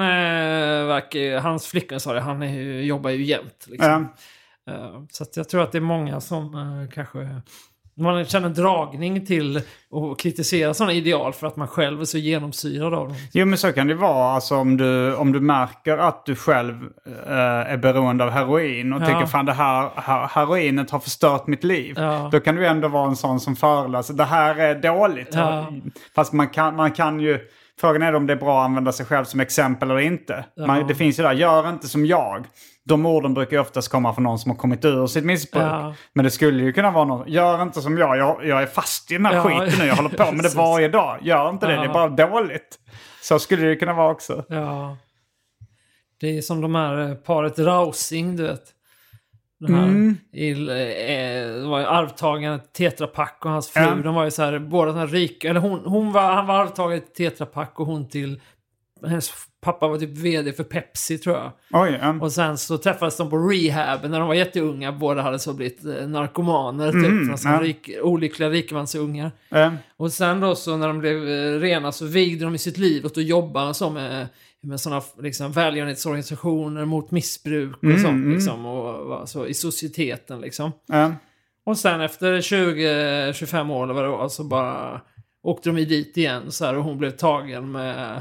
eh, hans flickor sa det, han är ju, jobbar ju jämt. Liksom. Ja. Uh, så att jag tror att det är många som uh, kanske... Man känner dragning till att kritisera sådana ideal för att man själv är så genomsyrad av dem. Jo, men så kan det vara. Alltså, om, du, om du märker att du själv äh, är beroende av heroin och ja. tänker fan det här her- heroinet har förstört mitt liv. Ja. Då kan du ändå vara en sån som föreläser. Det här är dåligt. Ja. Fast man kan, man kan ju... Frågan är om det är bra att använda sig själv som exempel eller inte. Ja. Man, det finns ju där, gör inte som jag. De orden brukar ju oftast komma från någon som har kommit ur sitt missbruk. Ja. Men det skulle ju kunna vara någon, gör inte som jag. Jag, jag är fast i den här ja. skiten nu. Jag håller på med det varje dag. Gör inte det, ja. det är bara dåligt. Så skulle det ju kunna vara också. Ja. Det är som de här paret Rausing, du vet. Den här, mm. i, eh, det var ju arvtagaren Tetra Pak och hans fru. Ja. De var ju så här, båda så här rika. Eller hon, hon var, han var arvtagare till Tetra Pak och hon till... Hennes pappa var typ vd för Pepsi, tror jag. Oj, ja. Och sen så träffades de på rehab när de var jätteunga. Båda hade så blivit narkomaner, typ. Mm, alltså ja. rik, olyckliga rikemansungar. Ja. Och sen då så när de blev rena så vigde de i sitt liv åt att jobba som med, med sådana liksom, välgörenhetsorganisationer mot missbruk och mm, sånt. Liksom, och alltså, i societeten liksom. Ja. Och sen efter tjugo till tjugofem år eller vad det var, så bara åkte de dit igen så här, och hon blev tagen med...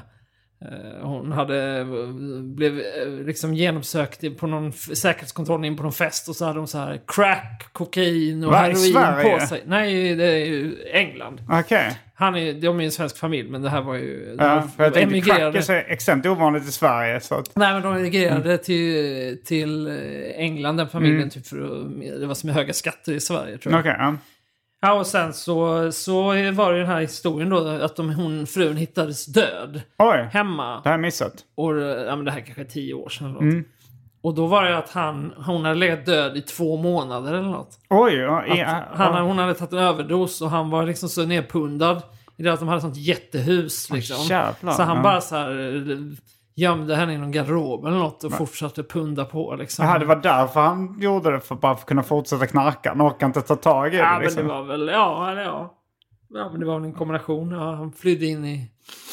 Hon hade blev liksom genomsökt på någon säkerhetskontroll in på någon fest och så hade de så här crack, kokain och Va, heroin på sig. Nej, det är ju England. Okej. Okay. Han är, de är en svensk familj, men det här var ju... Ja, för jag tänkte crack är så extremt ovanligt i Sverige. Så att... Nej, men de emigrerade mm. till, till England, den familjen, mm. typ för att, det var som höga skatter i Sverige, tror jag. Okej, okay, ja. Ja, och sen så, så var det den här historien då att de, hon, frun hittades död. Oj, hemma. Det här är missat. Och, ja, men det här kanske är tio år sedan eller något. Mm. Och då var det att han, hon hade legat död i två månader eller något. Oj, ja. ja han, hon hade tagit en överdos och han var liksom så nedpundad i det att de hade sånt jättehus liksom. Oh, jävlar, så han ja. bara så här gömde henne i någon garderob eller något och men. fortsatte punda på liksom. Ja, det var därför han gjorde det, för bara för att kunna fortsätta knarka. Han orkade inte ta tag i det. Ja, liksom. Men det var väl, ja, eller ja. Ja, men det var väl en kombination. Ja, han flydde in i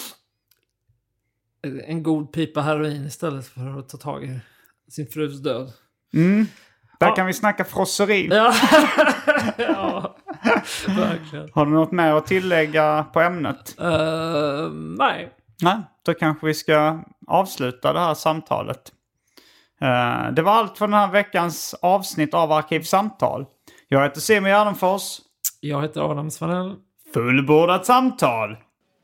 en god pipa heroin istället för att ta tag i sin frus död. Mm. Där ja. kan vi snacka frosseri. Ja, ja, verkligen. Har du något mer att tillägga på ämnet? Uh, nej. Nej, då kanske vi ska avsluta det här samtalet. Uh, det var allt för den här veckans avsnitt av Arkivsamtal. Jag heter Simon Gärdenfors. Jag heter Adam Svanell. Fullbordat samtal.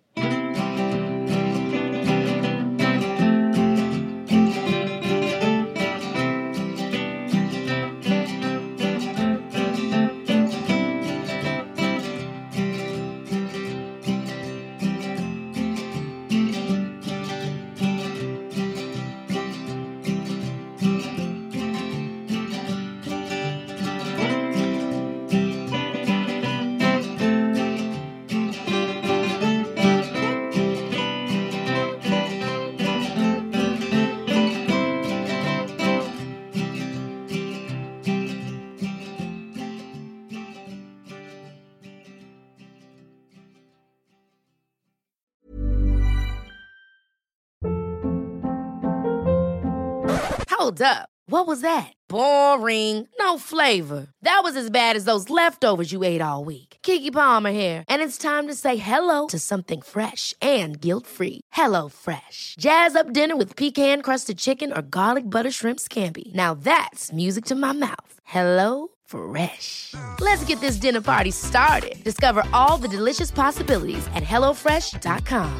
Hold up. What was that? Boring. No flavor. That was as bad as those leftovers you ate all week. Keke Palmer here, and it's time to say hello to something fresh and guilt-free. Hello Fresh. Jazz up dinner with pecan-crusted chicken or garlic butter shrimp scampi. Now that's music to my mouth. Hello Fresh. Let's get this dinner party started. Discover all the delicious possibilities at hello fresh dot com.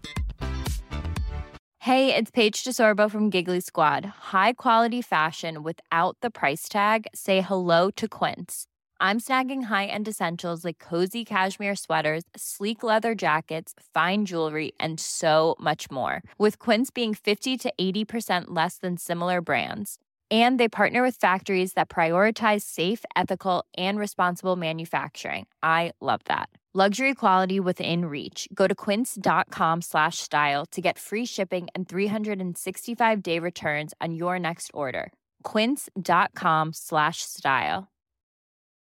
Hey, it's Paige DeSorbo from Giggly Squad. High quality fashion without the price tag. Say hello to Quince. I'm snagging high-end essentials like cozy cashmere sweaters, sleek leather jackets, fine jewelry, and so much more. With Quince being fifty to eighty percent less than similar brands. And they partner with factories that prioritize safe, ethical, and responsible manufacturing. I love that. Luxury quality within reach. Go to quince.com slash style to get free shipping and three sixty-five day returns on your next order. Quince.com slash style.